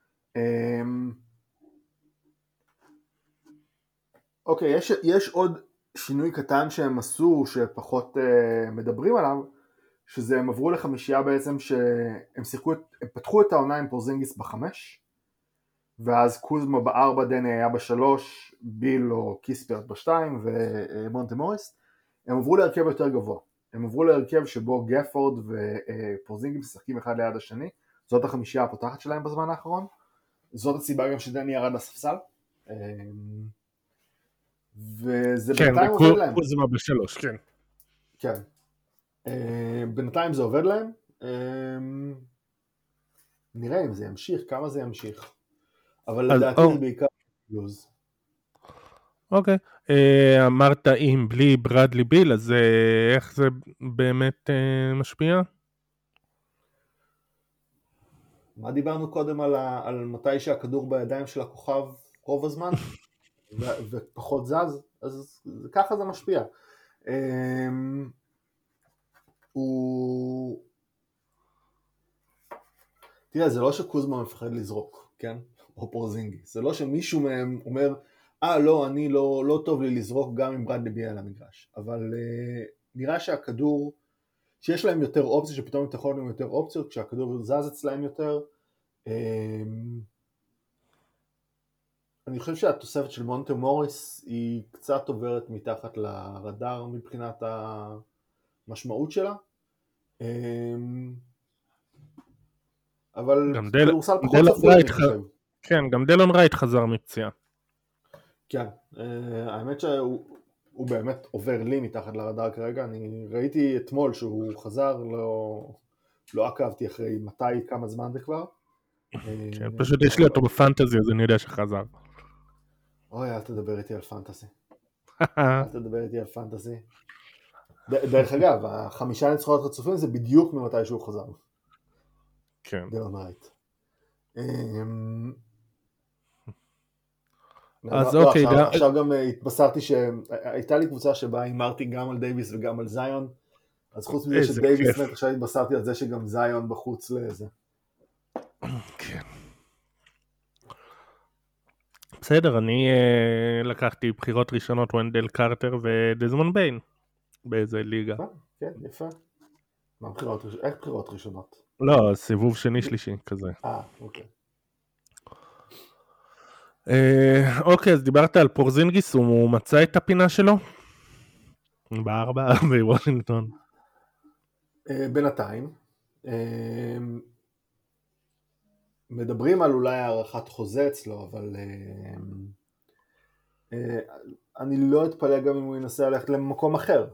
אוקיי, יש עוד שינוי קטן שהם עשו שפחות מדברים עליו, שזה הם עברו לחמישייה בעצם שהם שיחקו, הם פתחו את העונה עם פורזינגיס ב5, ואז קוזמה ב4, דני היה ב3, ביל או קיספרט ב2 ומונטה מוריס. הם עברו להרכב יותר גבוה, הם עברו להרכב שבו גפורד ופורזינגיס משחקים אחד ליד השני, זאת החמישייה הפותחת שלהם בזמן האחרון, זאת הסיבה גם שדני ירד לספסל, וזה כן, בינתיים עובד להם. קוזמה ב3, כן. כן. בינתיים זה עובד להם. נראה אם זה ימשיך, כמה זה ימשיך. אבל לדעתי זה בעיקר לוז. אוקיי. אמרת אם בלי ברדלי ביל, אז איך זה באמת משפיע? מה דיברנו קודם על מתי שהכדור בידיים של הכוכב רוב הזמן? ופחות זז, אז ככה זה משפיע. תראה, זה לא שקוזמה מפחד לזרוק, כן? או פורזינגיס. זה לא שמישהו מהם אומר, לא, אני לא טוב לי לזרוק גם עם ברדלי ביל על המגרש. אבל נראה שהכדור, שיש להם יותר אופציות, שפתאום אתה יכול להם יותר אופציות, כשהכדור זז אצלהם יותר. אני חושב שהתוספת של מונטה מוריס היא קצת עוברת מתחת לרדאר מבחינת המשמעות שלה. אבל כדורסל פחות צפוי, אני חושב. כן, גם דלון רייט חזר מפציעה. כן, האמת שהוא באמת עובר לי מתחת לרדאר כרגע. אני ראיתי אתמול שהוא חזר, לא עקבתי אחרי כמה זמן זה כבר. כן, פשוט יש לי אותו בפנטזי, אז אני יודע שחזר. אוי, אל תדבר איתי על פנטזי. אל תדבר איתי על פנטזי. דרך אגב, 5 ניצחונות רצופים זה בדיוק ממתי שהוא חזר. כן. דלון רייט. אז אוקיי. עכשיו גם התבשרתי שהייתה לי קבוצה שבה הימרתי גם על דייביס וגם על זיון, אז חוץ מזה שדייביס מת, עכשיו התבשרתי על זה שגם זיון בחוץ לזה. כן. בסדר, אני לקחתי בחירות ראשונות ונדל קרטר ודזמון ביין באיזה ליגה. כן, יפה. איך בחירות ראשונות? לא, סיבוב שני שלישי כזה. אוקיי. אוקיי, אז דיברת על פורזינגיס, הוא מצא את הפינה שלו? ב4 בוושינגטון. בינתיים. מדברים על אולי הערכת חוזה אצלו, אבל אני לא אתפלא גם אם הוא ינסה ללכת למקום אחר,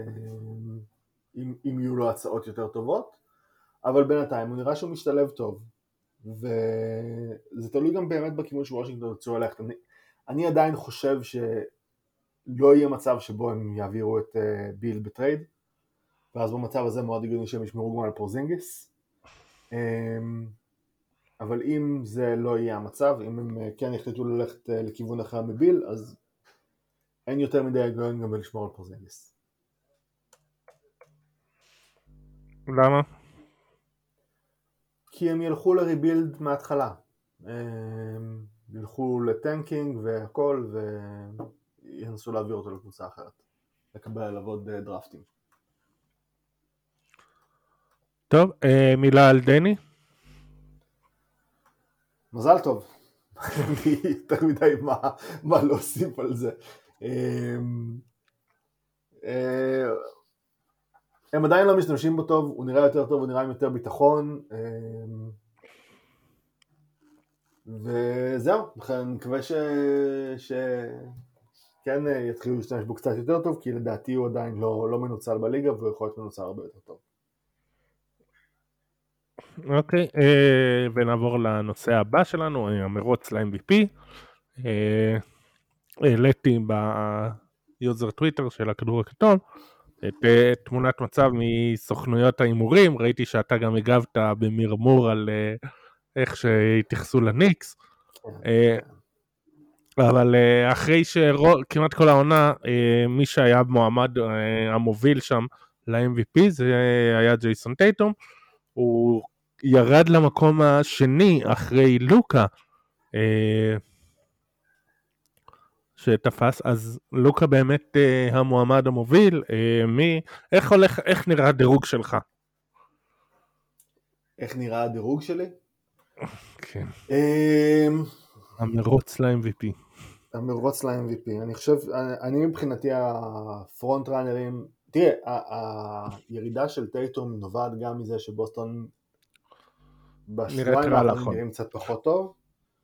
אם יהיו לו הצעות יותר טובות, אבל בינתיים הוא נראה שהוא משתלב טוב, וזה תלוי גם באמת בכיוון שוושינגטון ירצו ללכת. אני עדיין חושב שלא יהיה מצב שבו הם יעבירו את ביל בטרייד, ואז במצב הזה מאוד הגיוני שהם ישמרו גם על פורזינגיס, אבל אם זה לא יהיה המצב, אם הם כן יחליטו ללכת לכיוון אחר מביל, אז אין יותר מדי היגיון גם לשמור על פורזינגיס. למה? כי הם ילכו לריבילד מההתחלה, ילכו לטנקינג והכל, וינסו להעביר אותו לקבוצה אחרת, לקבל עליו עוד דרפטים. טוב, מילה על דני? מזל טוב. אני יותר מדי מה להוסיף על זה. הם עדיין לא משתמשים בו טוב, הוא נראה יותר טוב, הוא נראה עם יותר ביטחון, וזהו, לכן מקווה שכן יתחילו להשתמש בו קצת יותר טוב, כי לדעתי הוא עדיין לא מנוצל בליגה, והוא יכול להיות מנוצל הרבה יותר טוב. אוקיי, ונעבור לנושא הבא שלנו, המרוץ ל-MVP. העליתי ביוזר טוויטר של הכדור הכתום את תמונת מצב מסוכנויות ההימורים, ראיתי שאתה גם הגבת במרמור על איך שהתייחסו לניקס, אבל אחרי שכמעט כל העונה מי שהיה מועמד המוביל שם ל-MVP זה היה ג'ייסון טייטום, הוא ירד למקום השני אחרי לוקה שתפס, אז לוקה באמת המועמד המוביל. איך נראה הדירוג שלך? איך נראה הדירוג שלי? כן. המרוץ ל-MVP. המרוץ ל-MVP. אני מבחינתי הפרונט ראנרים, תראה, הירידה של טייטום נובעת גם מזה שבוסטון בשבועיים האחרונים נראים קצת פחות טוב,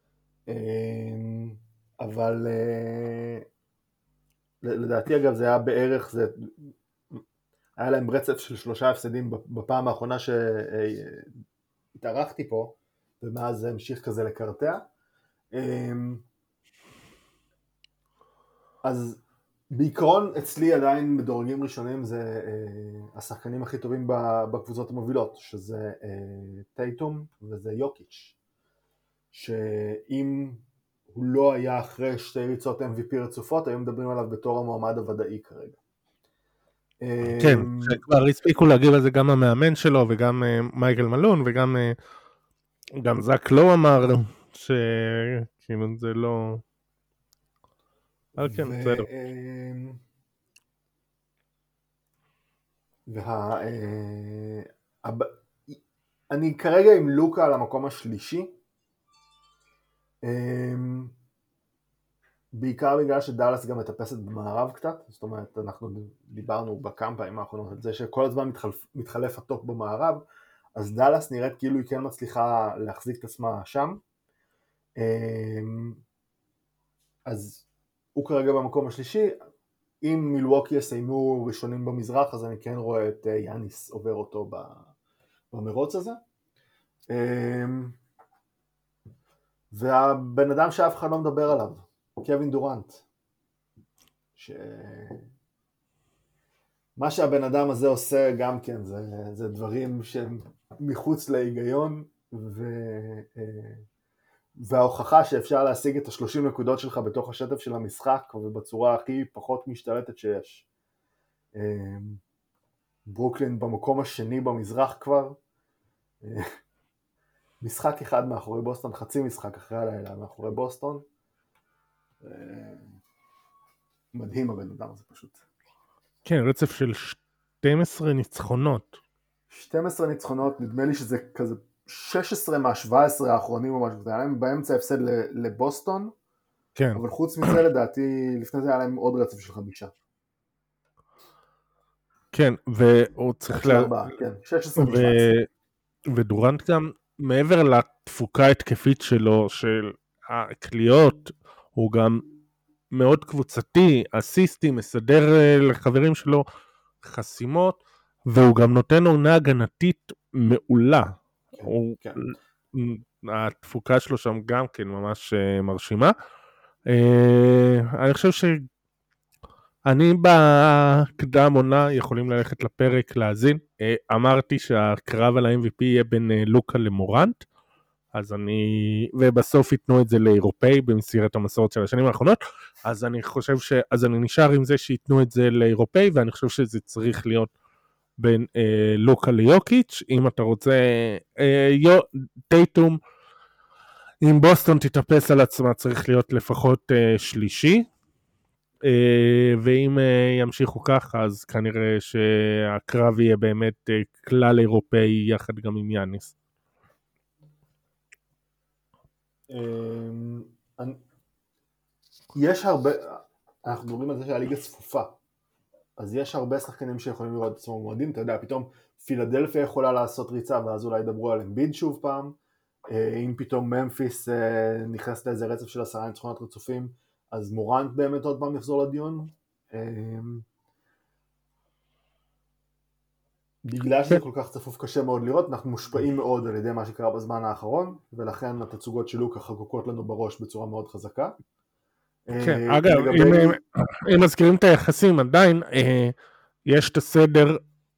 אבל לדעתי אגב זה היה בערך, היה להם רצף של 3 הפסדים בפעם האחרונה שהתארחתי פה, ומאז זה המשיך כזה לקרטע. אז בעיקרון אצלי עדיין מדורגים ראשונים זה השחקנים הכי טובים בקבוצות המובילות, שזה טייטום וזה יוקיץ', שאם הוא לא היה אחרי 2 ריצות MVP רצופות, היו מדברים עליו בתור המועמד הוודאי כרגע. כן, שכבר הספיקו להגיב על זה גם המאמן שלו, וגם מייקל מלון, וגם זק לא אמר שכאילו זה לא... כן, בסדר. אני כרגע עם לוקה על המקום השלישי, בעיקר בגלל שדלס גם מטפסת במערב קצת, זאת אומרת אנחנו דיברנו בכמה פעמים האחרונות על זה שכל הזמן מתחלף הטופ במערב, אז דלס נראית כאילו היא כן מצליחה להחזיק את עצמה שם, אז הוא כרגע במקום השלישי. אם מילווקי יסיימו ראשונים במזרח, אז אני כן רואה את יאניס עובר אותו במרוץ הזה. והבן אדם שאף אחד לא מדבר עליו, קווין דורנט, מה שהבן אדם הזה עושה גם כן, זה דברים שהם מחוץ להיגיון, וההוכחה שאפשר להשיג את 30 נקודות שלך בתוך השטף של המשחק, ובצורה הכי פחות משתלטת שיש. ברוקלין במקום השני במזרח כבר, משחק אחד מאחורי בוסטון, חצי משחק אחרי הלילה מאחורי בוסטון, מדהים הבן אדם הזה פשוט. כן, רצף של 12 ניצחונות. 12 ניצחונות, נדמה לי שזה כזה 16 מה-17 האחרונים או משהו, זה היה להם באמצע הפסד לבוסטון, כן. אבל חוץ מזה לדעתי, לפני זה היה להם עוד רצף של 5. כן, והוא צריך כן, 16 ודורנט גם, מעבר לתפוקה התקפית שלו, של הקליעות, הוא גם מאוד קבוצתי, אסיסטי, מסדר לחברים שלו חסימות, והוא גם נותן עונה הגנתית מעולה. כן, הוא, כן. התפוקה שלו שם גם כן ממש מרשימה. אני חושב שאני בקדם עונה יכולים ללכת לפרק להזין. אמרתי שהקרב על ה-MVP יהיה בין לוקה למורנט, אז ובסוף ייתנו את זה לאירופאי במסגרת המסורת של השנים האחרונות, אז אני נשאר עם זה שייתנו את זה לאירופאי, ואני חושב שזה צריך להיות בין לוקה ליוקיץ'. אם אתה רוצה, טייטום, אם בוסטון תתאפס על עצמה צריך להיות לפחות שלישי, ואם ימשיכו ככה אז כנראה שהקרב יהיה באמת כלל אירופאי יחד גם עם יאניס. יש הרבה, אנחנו מדברים על זה שהליגה צפופה, אז יש הרבה שחקנים שיכולים לראות את עצמם מועדים, אתה יודע, פתאום פילדלפיה יכולה לעשות ריצה, ואז אולי ידברו על אמביד שוב פעם, אם פתאום ממפיס נכנס לאיזה רצף של 10 ניצחונות רצופים, אז מורנט באמת עוד פעם יחזור לדיון. בגלל שזה כל כך צפוף קשה מאוד לראות, אנחנו מושפעים מאוד על ידי מה שקרה בזמן האחרון, ולכן התצוגות של לוקה חקוקות לנו בראש בצורה מאוד חזקה. כן, אגב, אם מזכירים את היחסים, עדיין יש את הסדר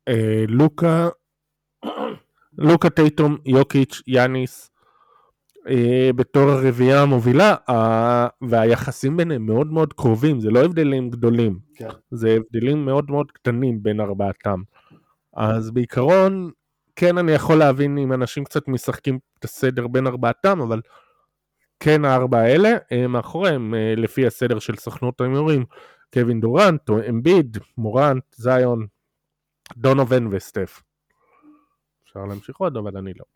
לוקה, טייטום, יוקיץ', יאניס, בתור הרביעייה המובילה, והיחסים ביניהם מאוד מאוד קרובים, זה לא הבדלים גדולים, כן. זה הבדלים מאוד מאוד קטנים בין ארבעתם. אז בעיקרון, כן אני יכול להבין אם אנשים קצת משחקים את הסדר בין ארבעתם, אבל כן הארבע האלה, מאחוריהם, לפי הסדר של סוכנות ההימורים, קווין דורנט, אמביד, מורנט, זיון, דונובן וסטף. אפשר להמשיך עוד, אבל אני לא.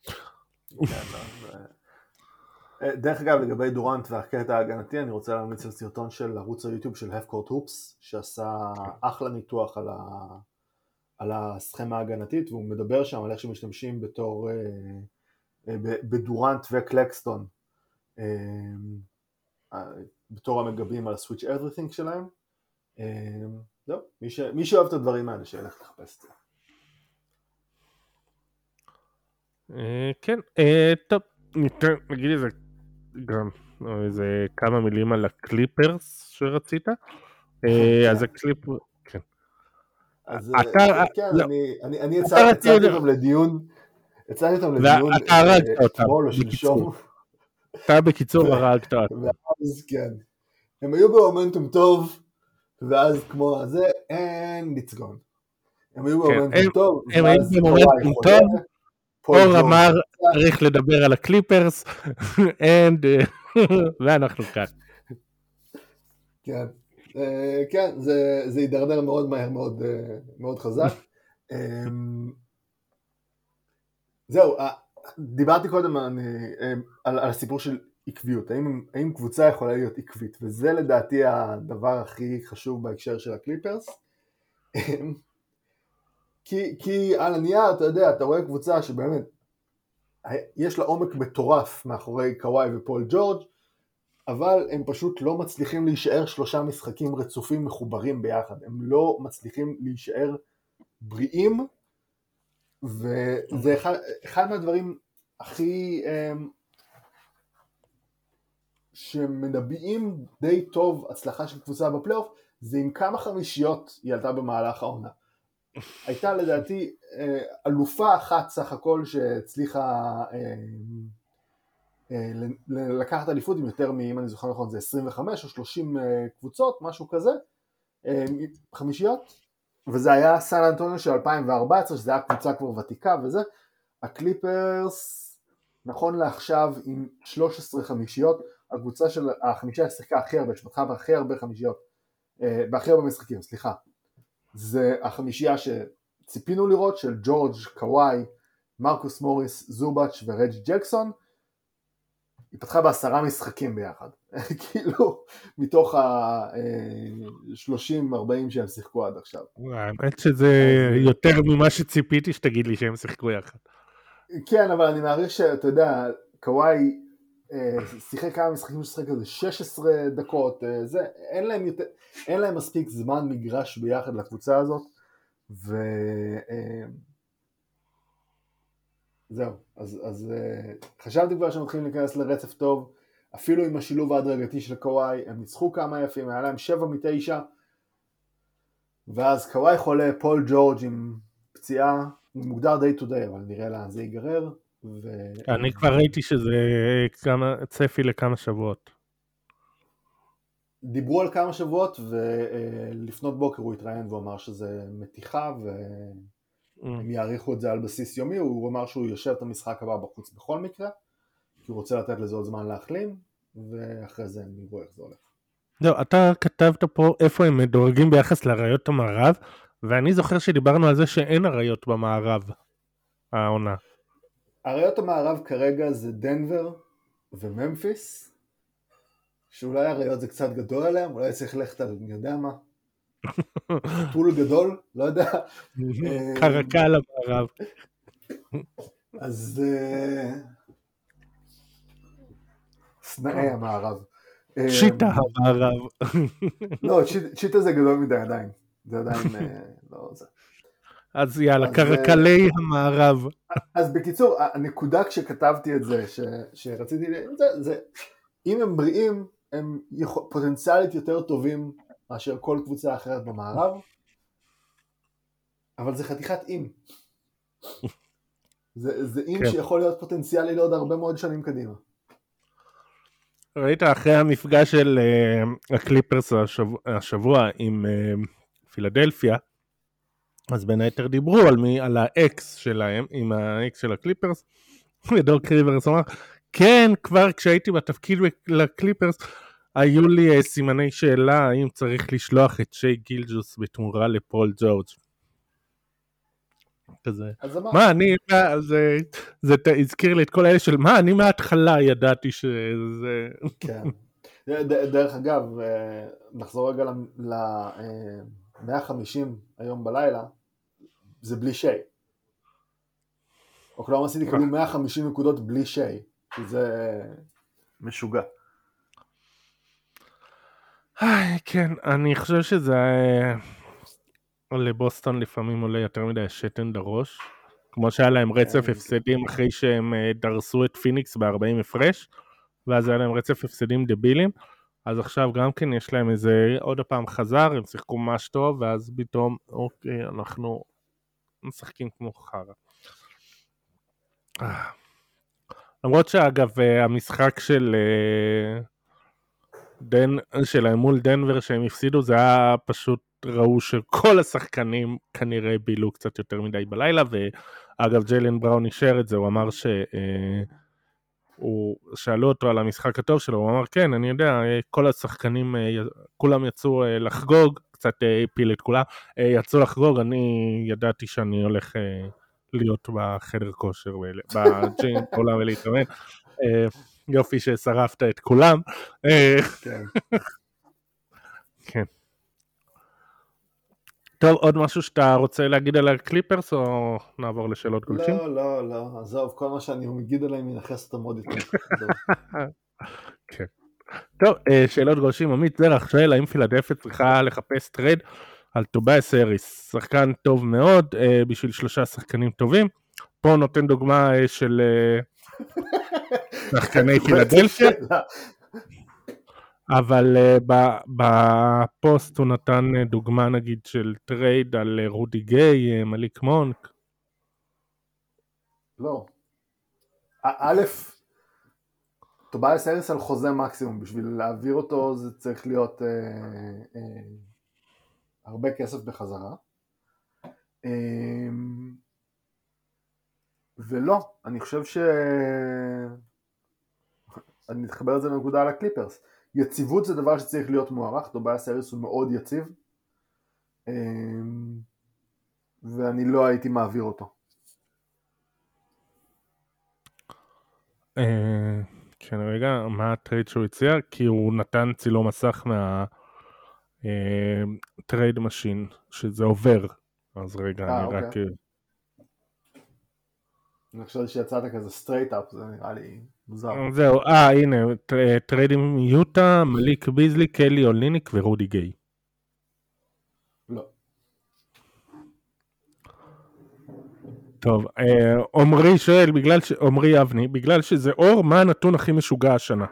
דרך אגב, לגבי דורנט והקטע ההגנתי, אני רוצה להמליץ על סרטון של ערוץ היוטיוב של Half-Court Hoops, שעשה אחלה ניתוח על הסכמה ההגנתית, והוא מדבר שם על איך שמשתמשים בדורנט וקלקסטון, בתור המגבים על הסוויץ' everything שלהם. לא, מי שאוהב את הדברים האלה שילך לחפש את זה. כן, טוב, נגיד איזה כמה מילים על הקליפרס שרצית. אז הקליפרס, כן. אז כן, אני הצעתי אותם לדיון, אתה הרגת אותם, שלשום. אתה בקיצור הרגת אותם. ואז כן, הם היו במומנטום טוב, ואז כמו זה, and it's gone. הם היו במומנטום טוב, הם היו במומנטום טוב, אור אמר צריך לדבר על הקליפרס, ואנחנו כאן. כן. כן, זה יידרדר מאוד מהר, מאוד חזק. זהו, דיברתי קודם על הסיפור של עקביות, האם קבוצה יכולה להיות עקבית, וזה לדעתי הדבר הכי חשוב בהקשר של הקליפרס, כי על הנייר, אתה יודע, אתה רואה קבוצה שבאמת יש לה עומק מטורף מאחורי קוואי ופול ג'ורג', אבל הם פשוט לא מצליחים להישאר 3 משחקים רצופים מחוברים ביחד, הם לא מצליחים להישאר בריאים, וזה אחד מהדברים הכי שמנבאים די טוב הצלחה של קבוצה בפלייאוף, זה עם כמה חמישיות היא עלתה במהלך העונה. הייתה לדעתי אלופה אחת סך הכל שהצליחה לקחת אליפות עם יותר אם אני זוכר נכון זה 25 או 30 קבוצות, משהו כזה, חמישיות, וזה היה סן אנטוניו של 2014, שזה היה קבוצה כבר ותיקה וזה. הקליפרס נכון לעכשיו עם 13 חמישיות, הקבוצה של החמישייה ששיחקה הכי הרבה, שפתחה בהכי הרבה חמישיות, בהכי הרבה משחקים, סליחה, זה החמישייה שציפינו לראות, של ג'ורג', קוואי, מרקוס מוריס, זובאץ' ורג'י ג'קסון. היא פתחה ב10 משחקים ביחד, כאילו מתוך ה-30-40 שהם שיחקו עד עכשיו. האמת שזה יותר ממה שציפיתי שתגיד לי שהם שיחקו יחד. כן, אבל אני מעריך שאתה יודע, קוואי שיחק כמה משחקים ששחק כזה 16 דקות, אין להם מספיק זמן מגרש ביחד לקבוצה הזאת, זהו, אז חשבתי כבר שהם מתחילים להיכנס לרצף טוב, אפילו עם השילוב ההדרגתי של קוואי, הם ניצחו כמה יפים, היה להם 7-9, ואז קוואי חולה, פול ג'ורג' עם פציעה, מוגדר day to day, אבל נראה לאן זה ייגרר. אני כבר ראיתי שזה צפי לכמה שבועות. דיברו על כמה שבועות, ולפנות בוקר הוא התראיין ואומר שזה מתיחה, הם יעריכו את זה על בסיס יומי, הוא אמר שהוא יושב את המשחק הבא בחוץ בכל מקרה, כי הוא רוצה לתת לזה עוד זמן להחלים, ואחרי זה הם יראו איך זה הולך. לא, אתה כתבת פה איפה הם מדורגים ביחס לאריות המערב, ואני זוכר שדיברנו על זה שאין אריות במערב, העונה. אריות המערב כרגע זה דנבר וממפיס, שאולי אריות זה קצת גדול עליהם, אולי צריך ללכת על, אני יודע מה, טול גדול, לא יודע. קרקל המערב. אז סנאי המערב. צ'יטה המערב. לא, צ'יטה זה גדול מדי עדיין. זה עדיין לא זה. אז יאללה, קרקלי המערב. אז בקיצור, הנקודה כשכתבתי את זה, שרציתי, זה, אם הם בריאים, הם פוטנציאלית יותר טובים מאשר כל קבוצה אחרת במערב, אבל זה חתיכת אים. זה אים שיכול להיות פוטנציאלי לעוד הרבה מאוד שנים קדימה. ראית אחרי המפגש של הקליפרס השבוע עם פילדלפיה, אז בין היתר דיברו על האקס שלהם, עם האקס של הקליפרס, ודוק ריברס אמר, כן, כבר כשהייתי בתפקיד לקליפרס, היו לי סימני שאלה, האם צריך לשלוח את שי גילג'וס בתמורה לפול ג'ורג'. כזה. מה, זה הזכיר לי את כל האלה של, מה, אני מההתחלה ידעתי שזה... כן. דרך אגב, נחזור רגע ל-150 היום בלילה, זה בלי שי. אוקלהומה סיטי קיבלו 150 נקודות בלי שי, כי זה משוגע. כן, אני חושב שזה לבוסטון לפעמים עולה יותר מדי שתן דראש, כמו שהיה להם רצף הפסדים אחרי שהם דרסו את פיניקס ב-40 הפרש, ואז היה להם רצף הפסדים דבילים, אז עכשיו גם כן יש להם איזה עוד הפעם חזר, הם שיחקו ממש טוב, ואז פתאום, אוקיי, אנחנו משחקים כמו חרא. למרות שאגב, המשחק שלהם מול דנבר שהם הפסידו, זה היה פשוט ראו שכל השחקנים כנראה בילו קצת יותר מדי בלילה, ואגב ג'יילן בראון נשאר את זה, הוא אמר שאלו אותו על המשחק הטוב שלו, הוא אמר כן, אני יודע, כל השחקנים, כולם יצאו לחגוג, קצת הפיל את כולם, יצאו לחגוג, אני ידעתי שאני הולך להיות בחדר כושר, בג'ים כולם ולהתאמן, יופי ששרפת את כולם. כן. כן. טוב, עוד משהו שאתה רוצה להגיד על הקליפרס, או נעבור לשאלות גולשים? לא, עזוב, כל מה שאני מגיד עליהם מנכס אותם עוד יותר. כן. טוב, שאלות גולשים, עמית זרח שואל, האם פילדלפיה צריכה לחפש טרייד על טובייס האריס, שחקן טוב מאוד, בשביל 3 שחקנים טובים, פה הוא נותן דוגמה של שחקני פילדלפיה, אבל בפוסט הוא נתן דוגמה נגיד של טרייד על רודי גיי, מליק מונק. לא. א', טובייס האריס על חוזה מקסימום, בשביל להעביר אותו זה צריך להיות הרבה כסף בחזרה. ולא, אני חושב אני מתחבר את זה לנקודה על הקליפרס. יציבות זה דבר שצריך להיות מוערך, טובייס האריס הוא מאוד יציב, ואני לא הייתי מעביר אותו. כן, רגע, מה הטרייד שהוא הציע? כי הוא נתן צילום מסך טרייד משין, שזה עובר. אז רגע, אני רק... אני חושב שיצאת כזה סטרייט אפ, זה נראה לי מוזר. זהו, הנה, טריידים מיוטה, מליק ביזלי, קלי אוליניק ורודי גיי. לא. טוב, עומרי שואל, עומרי אבני, בגלל שזה אור, מה הנתון הכי משוגע השנה?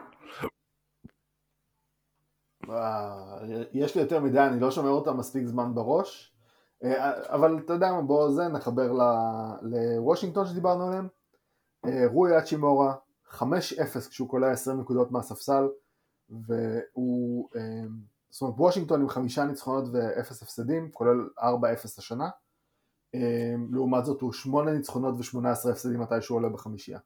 יש לי יותר מדי, אני לא שומר אותה מספיק זמן בראש, אבל אתה יודע מה, בוא זה נחבר לוושינגטון שדיברנו עליהם. רוי אצ'ימורה 5-0 כשהוא קולע 20 נקודות מהספסל, והוא, זאת אומרת וושינגטון עם 5 ניצחונות ו0 הפסדים, כולל 4-0 השנה. לעומת זאת הוא 8 ניצחונות ו18 הפסדים מתי שהוא עולה בחמישייה.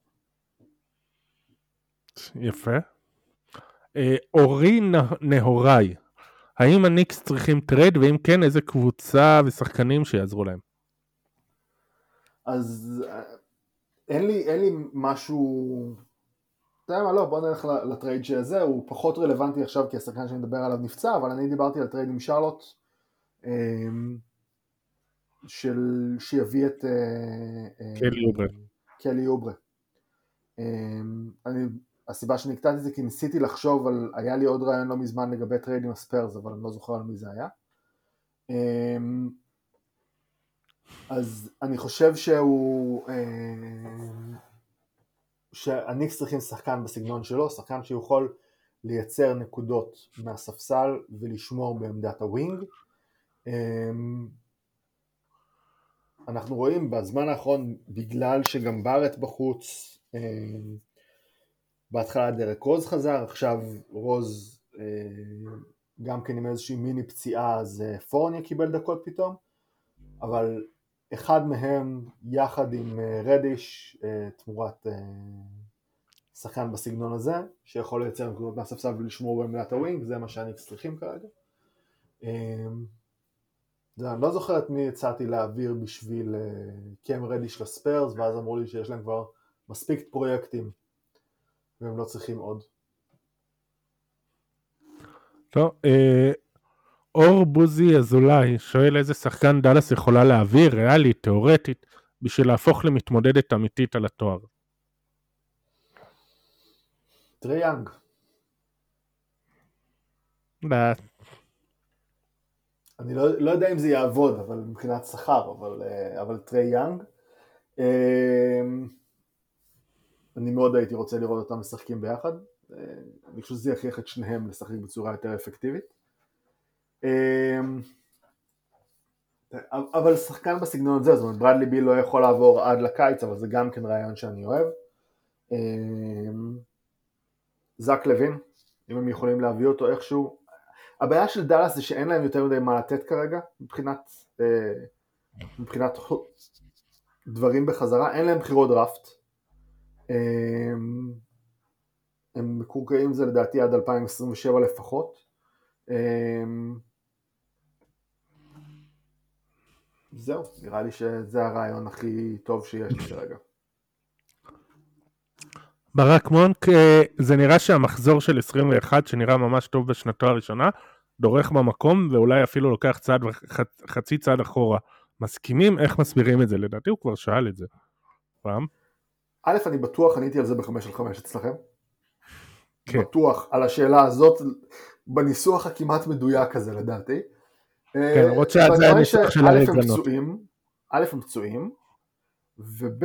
יפה. אורי נהוראי, האם הניקס צריכים טרייד, ואם כן איזה קבוצה ושחקנים שיעזרו להם? אז אין לי משהו, אתה יודע מה, לא, בוא נלך לטרייד שזה, הוא פחות רלוונטי עכשיו כי השחקן שאני מדבר עליו נפצע, אבל אני דיברתי על טרייד עם שרלוט, שיביא את קלי אוברה. הסיבה שנקטעתי זה כי ניסיתי לחשוב היה לי עוד רעיון לא מזמן לגבי טרייד עם הספרס, אבל אני לא זוכר על מי זה היה. אז אני חושב שהניקס צריכים שחקן בסגנון שלו, שחקן שיכול לייצר נקודות מהספסל ולשמור בעמדת הווינג. אנחנו רואים בזמן האחרון, בגלל שגם בארט בחוץ, בהתחלה דרק רוז חזר, עכשיו רוז גם כן עם איזושהי מיני פציעה, אז פורניה קיבל דקות פתאום, אבל אחד מהם יחד עם רדיש תמורת שחקן בסגנון הזה, שיכול לייצר נקודות מהספסל ולשמור בעמדת הווינג, זה מה שאני צריכים כרגע. אני לא זוכר את מי הצעתי להעביר בשביל קם רדיש לספרס, ואז אמרו לי שיש להם כבר מספיק פרויקטים, והם לא צריכים עוד. טוב, אור בוזי אזולאי שואל איזה שחקן דלס יכולה להעביר, ריאלית, תיאורטית, בשביל להפוך למתמודדת אמיתית על התואר. טרי יאנג. אני לא יודע אם זה יעבוד, אבל מבחינת שכר, אבל טרי יאנג. אני מאוד הייתי רוצה לראות אותם משחקים ביחד. אני חושב שזה יכריח את שניהם לשחק בצורה יותר אפקטיבית. אבל שחקן בסגנון הזה, זאת אומרת, ברדלי ביל לא יכול לעבור עד לקיץ, אבל זה גם כן רעיון שאני אוהב. זק לוין, אם הם יכולים להביא אותו איכשהו. הבעיה של דלס זה שאין להם יותר מדי מה לתת כרגע, מבחינת דברים בחזרה, אין להם בחירות דראפט. הם מקורקעים זה לדעתי עד 2027 לפחות. זהו, נראה לי שזה הרעיון הכי טוב שיש לי כרגע. ברק מונק, זה נראה שהמחזור של 21 שנראה ממש טוב בשנתו הראשונה, דורך במקום ואולי אפילו לוקח חצי צעד אחורה. מסכימים? איך מסבירים את זה? לדעתי הוא כבר שאל את זה פעם. א', אני בטוח עניתי על זה ב5-5 אצלכם. כן. בטוח על השאלה הזאת בניסוח הכמעט מדויק הזה לדעתי. כן, למרות שזה הניסוח של הרגלנות. א', הם פצועים, וב',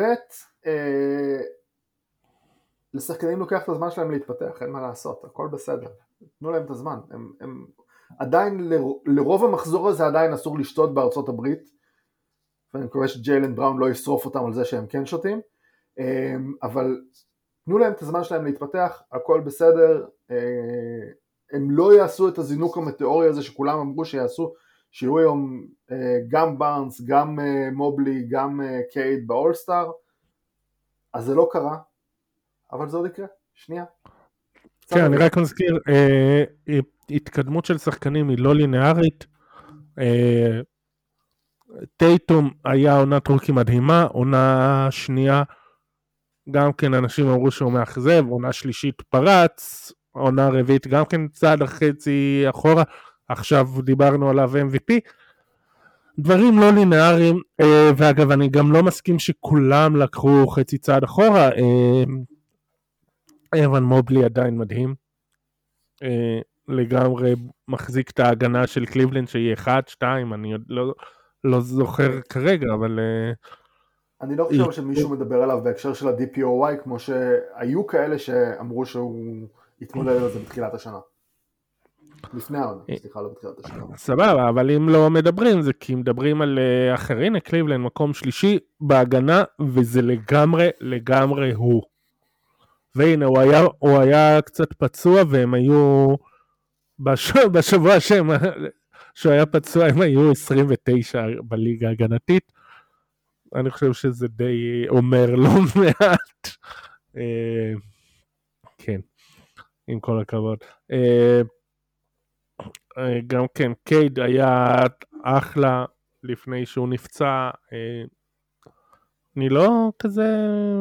לשחקנים לוקח את הזמן שלהם להתפתח, אין מה לעשות, הכל בסדר, תנו להם את הזמן, הם עדיין, לרוב המחזור הזה עדיין אסור לשתות בארצות הברית, ואני מקווה שג'יילן בראון לא ישרוף אותם על זה שהם כן שותים, אבל תנו להם את הזמן שלהם להתפתח, הכל בסדר, הם לא יעשו את הזינוק המטאורי הזה שכולם אמרו שיעשו, שיהיו היום גם בארנס, גם מובלי, גם קייד באולסטאר, אז זה לא קרה, אבל זה עוד יקרה, שנייה. כן, אני רק מזכיר, התקדמות של שחקנים היא לא לינארית, טייטום היה עונת רוקי מדהימה, עונה שנייה, גם כן אנשים אמרו שהוא מאכזב, עונה שלישית פרץ, עונה רביעית גם כן צעד חצי אחורה, עכשיו דיברנו עליו MVP, דברים לא לינאריים, ואגב אני גם לא מסכים שכולם לקחו חצי צעד אחורה, אבן מובלי עדיין מדהים, לגמרי מחזיק את ההגנה של קליבלנד שהיא 1-2, אני עוד לא זוכר כרגע, אבל אני לא חושב שמישהו מדבר עליו בהקשר של ה-DPOY, כמו שהיו כאלה שאמרו שהוא יתמודד על זה בתחילת השנה. לפני העונה, סליחה, לא בתחילת השנה. סבבה, אבל אם לא מדברים, זה כי מדברים על אחרים, הנה קליבלנד מקום שלישי בהגנה, וזה לגמרי הוא. והנה, הוא היה קצת פצוע, והם היו, בשבוע שהוא היה פצוע, הם היו 29 בליגה הגנתית. אני חושב שזה די אומר לא מעט. כן, עם כל הכבוד. גם כן, קייד היה אחלה לפני שהוא נפצע. אני לא כזה...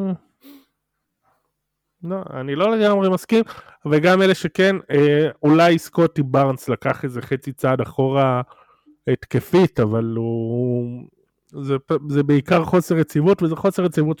לא, אני לא לגמרי מסכים, וגם אלה שכן, אולי סקוטי בארנס לקח איזה חצי צעד אחורה התקפית, אבל זה בעיקר חוסר רציבות, וזה חוסר רציבות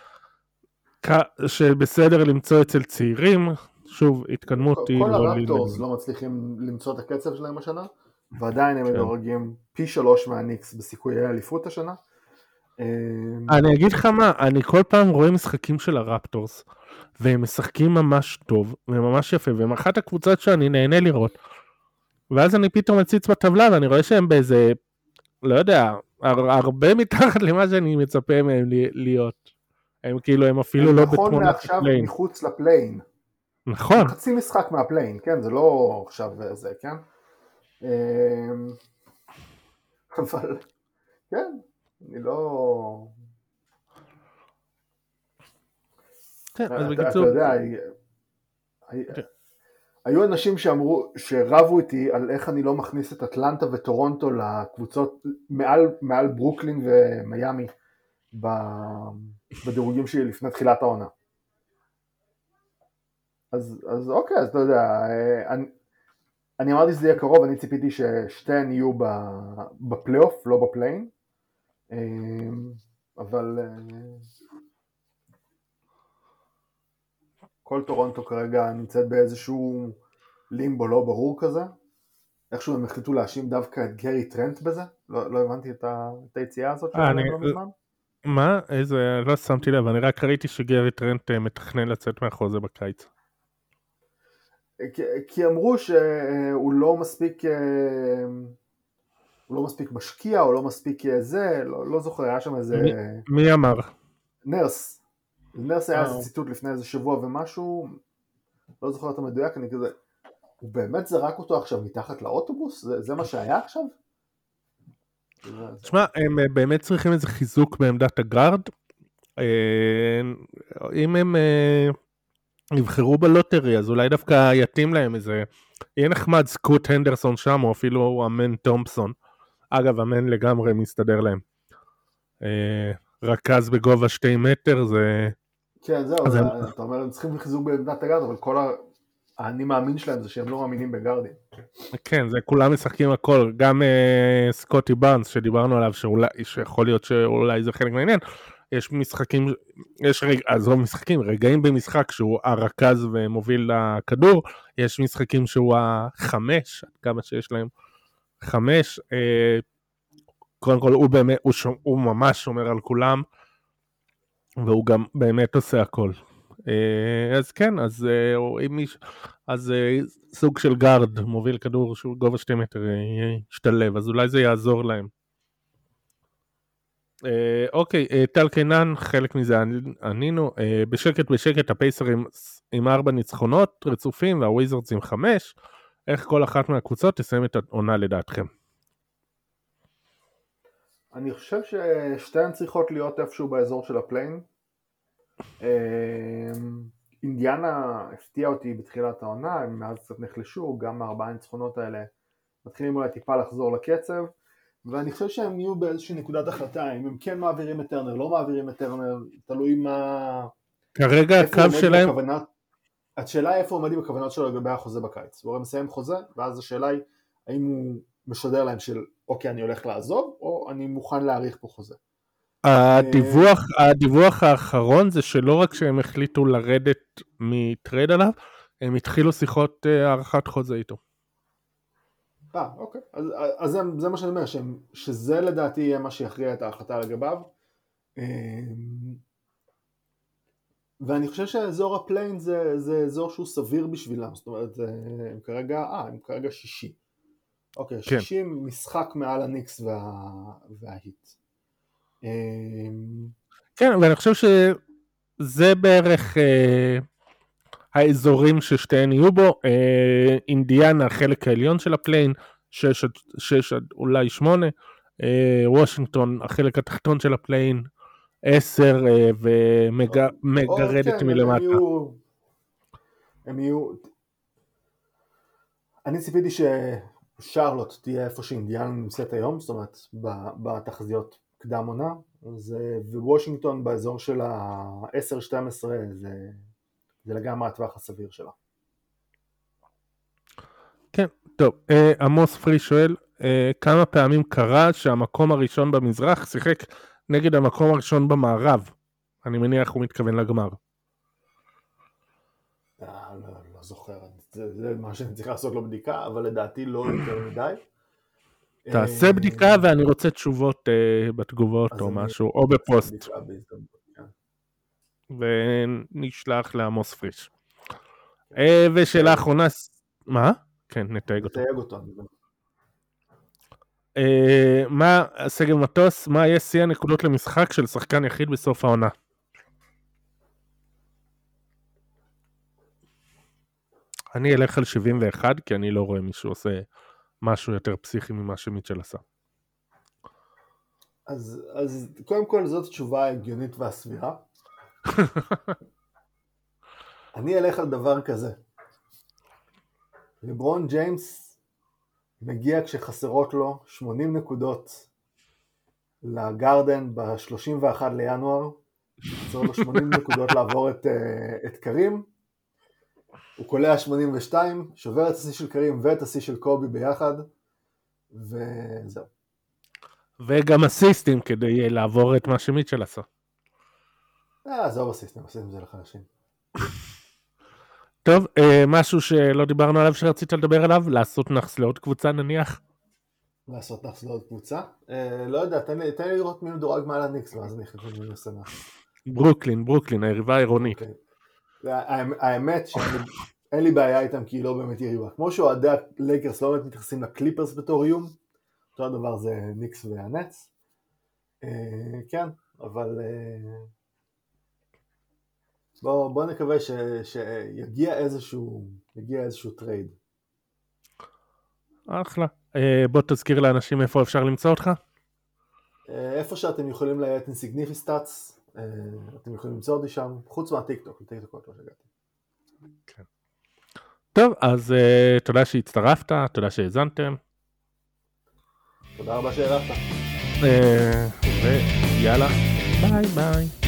שבסדר למצוא אצל צעירים. שוב, התקדמות היא... כל הרפטורס לא מצליחים למצוא את הקצב שלהם השנה, ועדיין הם מדורגים פי 3 מהניקס בסיכויי האליפות השנה. אני אגיד לך מה, אני כל פעם רואה משחקים של הרפטורס, והם משחקים ממש טוב, וממש יפה, והם אחת הקבוצות שאני נהנה לראות, ואז אני פתאום מציץ בטבלה, ואני רואה שהם באיזה, לא יודע, הרבה מתחת למה שאני מצפה מהם להיות. הם כאילו, הם אפילו לא בתמונת הפליין. נכון מעכשיו מחוץ לפליין. נכון. חצי משחק מהפליין, כן? זה לא עכשיו זה, כן? אבל, כן, אני לא... כן, אז אתה בקיצור... יודע, היו אנשים שאמרו, שרבו איתי על איך אני לא מכניס את אטלנטה וטורונטו לקבוצות מעל ברוקלין ומיימי בדירוגים שלי לפני תחילת העונה. אז אוקיי, אז אתה יודע, אני אמרתי שזה יהיה קרוב, אני ציפיתי ששתיהן יהיו בפלייאוף, לא בפליין, אבל כל טורונטו כרגע נמצאת באיזשהו לימבו לא ברור כזה, איכשהו הם החליטו להאשים דווקא את גרי טרנט בזה, לא הבנתי את היציאה הזאת שלהם לא מזמן. מה? איזה, לא שמתי לב, אני רק ראיתי שגרי טרנט מתכנן לצאת מהחוזה בקיץ. כי אמרו שהוא לא מספיק משקיע, או לא מספיק זה, לא זוכר, היה שם איזה... מי אמר? נרס היה איזה ציטוט לפני איזה שבוע ומשהו, לא זוכר את המדויק, אני כזה, הוא באמת זרק אותו עכשיו מתחת לאוטובוס? זה מה שהיה עכשיו? תשמע, הם באמת צריכים איזה חיזוק בעמדת הגארד, אם הם יבחרו בלוטרי, אז אולי דווקא יתאים להם איזה, יהיה נחמד סקוט הנדרסון שם, או אפילו אמן תומפסון, אגב, אמן לגמרי מסתדר להם, רכז בגובה 2 מטר, זה... כן, זהו, אתה אומר, הם צריכים חיזוק בעמדת הגארד, אבל כל האני מאמין שלהם זה שהם לא מאמינים בגארדים. כן, זה כולם משחקים הכל, גם סקוטי בארנס שדיברנו עליו, שיכול להיות שאולי זה חלק מהעניין, יש משחקים, רגעים במשחק שהוא הרכז ומוביל לכדור, יש משחקים שהוא 5, כמה שיש להם 5, קודם כל הוא ממש שומר על כולם, והוא גם באמת עושה הכל. אז כן, אז סוג של גארד מוביל כדור שהוא גובה 2 מטר ישתלב, אז אולי זה יעזור להם. אוקיי, טל קינן, חלק מזה ענינו, בשקט הפייסרים עם 4 ניצחונות רצופים והוויזרדס עם 5, איך כל אחת מהקבוצות תסיים את העונה לדעתכם? אני חושב ששתיהן צריכות להיות איפשהו באזור של הפליין. אינדיאנה הפתיעה אותי בתחילת העונה, הם מאז קצת נחלשו, גם 4 הניצחונות האלה מתחילים אולי טיפה לחזור לקצב, ואני חושב שהם יהיו באיזושהי נקודת החלטה, אם הם כן מעבירים את טרנר, לא מעבירים את טרנר, תלוי מה... כרגע הקו שלהם... השאלה היא איפה עומדים בכוונות שלו לגבי החוזה בקיץ. הוא הרי מסיים חוזה, ואז השאלה היא, האם הוא משדר להם של אוקיי, אני הולך לעזוב, או אני מוכן להאריך פה חוזה. הדיווח האחרון זה שלא רק שהם החליטו לרדת מטרייד עליו, הם התחילו שיחות הערכת חוזה איתו. אוקיי, אז זה מה שאני אומר, שזה לדעתי יהיה מה שיכריע את ההחלטה לגביו, ואני חושב שאזור הפליין זה אזור שהוא סביר בשבילם, זאת אומרת, הם כרגע 60. אוקיי, 60 משחק מעל הניקס וההיט. כן, ואני חושב שזה בערך האזורים ששתיהן יהיו בו, אינדיאנה, החלק העליון של הפליין, 6 עד אולי 8, וושינגטון, החלק התחתון של הפליין, 10 ומגרדת מלמטה. הם יהיו... אני ציפיתי ששרלוט תהיה איפה שאינדיאנה נמצאת היום, זאת אומרת בתחזיות קדם עונה, ווושינגטון באזור של ה-10-12 זה לגמרי הטווח הסביר שלה. כן, טוב, עמוס פרי שואל, כמה פעמים קרה שהמקום הראשון במזרח שיחק נגד המקום הראשון במערב? אני מניח הוא מתכוון לגמר. לא זוכר, זה מה שאני צריך לעשות לו בדיקה, אבל לדעתי לא יותר מדי. תעשה בדיקה ואני רוצה תשובות בתגובות או משהו, או בפוסט. ונשלח לעמוס פריש. ושאלה אחרונה, מה? כן, נתייג אותו. מה, סגל מטוס, מה יהיה שיא הנקודות למשחק של שחקן יחיד בסוף העונה? אני אלך על 71, כי אני לא רואה מישהו עושה משהו יותר פסיכי ממה שמיטשל עשה. אז קודם כל זאת תשובה הגיונית והסבירה. אני אלך על דבר כזה. לברון ג'יימס מגיע כשחסרות לו 80 נקודות לגרדן ב-31 לינואר. חסר לו 80 נקודות לעבור את קרים. הוא קולע 82, שובר את השיא של קרים ואת השיא של קובי ביחד, וזהו. וגם אסיסטים כדי לעבור את מה שמיטשל עשה. זהו אסיסטים זה לחלשים. טוב, משהו שלא דיברנו עליו שרצית לדבר עליו, לעשות נחס לעוד קבוצה נניח? לעשות נחס לעוד קבוצה? לא יודע, תן לי לראות מי מדורג מעל הניקס, ואז אני חושב מי עושה נחס. ברוקלין, היריבה העירונית. האמת שאין לי בעיה איתם כי היא לא באמת יריבה. כמו שאוהדי הלייקרס לא באמת מתייחסים לקליפרס בתור איום, אותו הדבר זה ניקס והנץ. כן, אבל בוא נקווה שיגיע איזשהו טרייד. אחלה. בוא תזכיר לאנשים איפה אפשר למצוא אותך. איפה שאתם יכולים להיית אינסיגניפיסטאץ, אתם יכולים למצוא אותי שם, חוץ מהטיקטוק, לטיקטוק לא שהגעתי. כן. טוב, אז תודה שהצטרפת, תודה שהאזנתם. תודה רבה שהערכת. ויאללה, ביי ביי.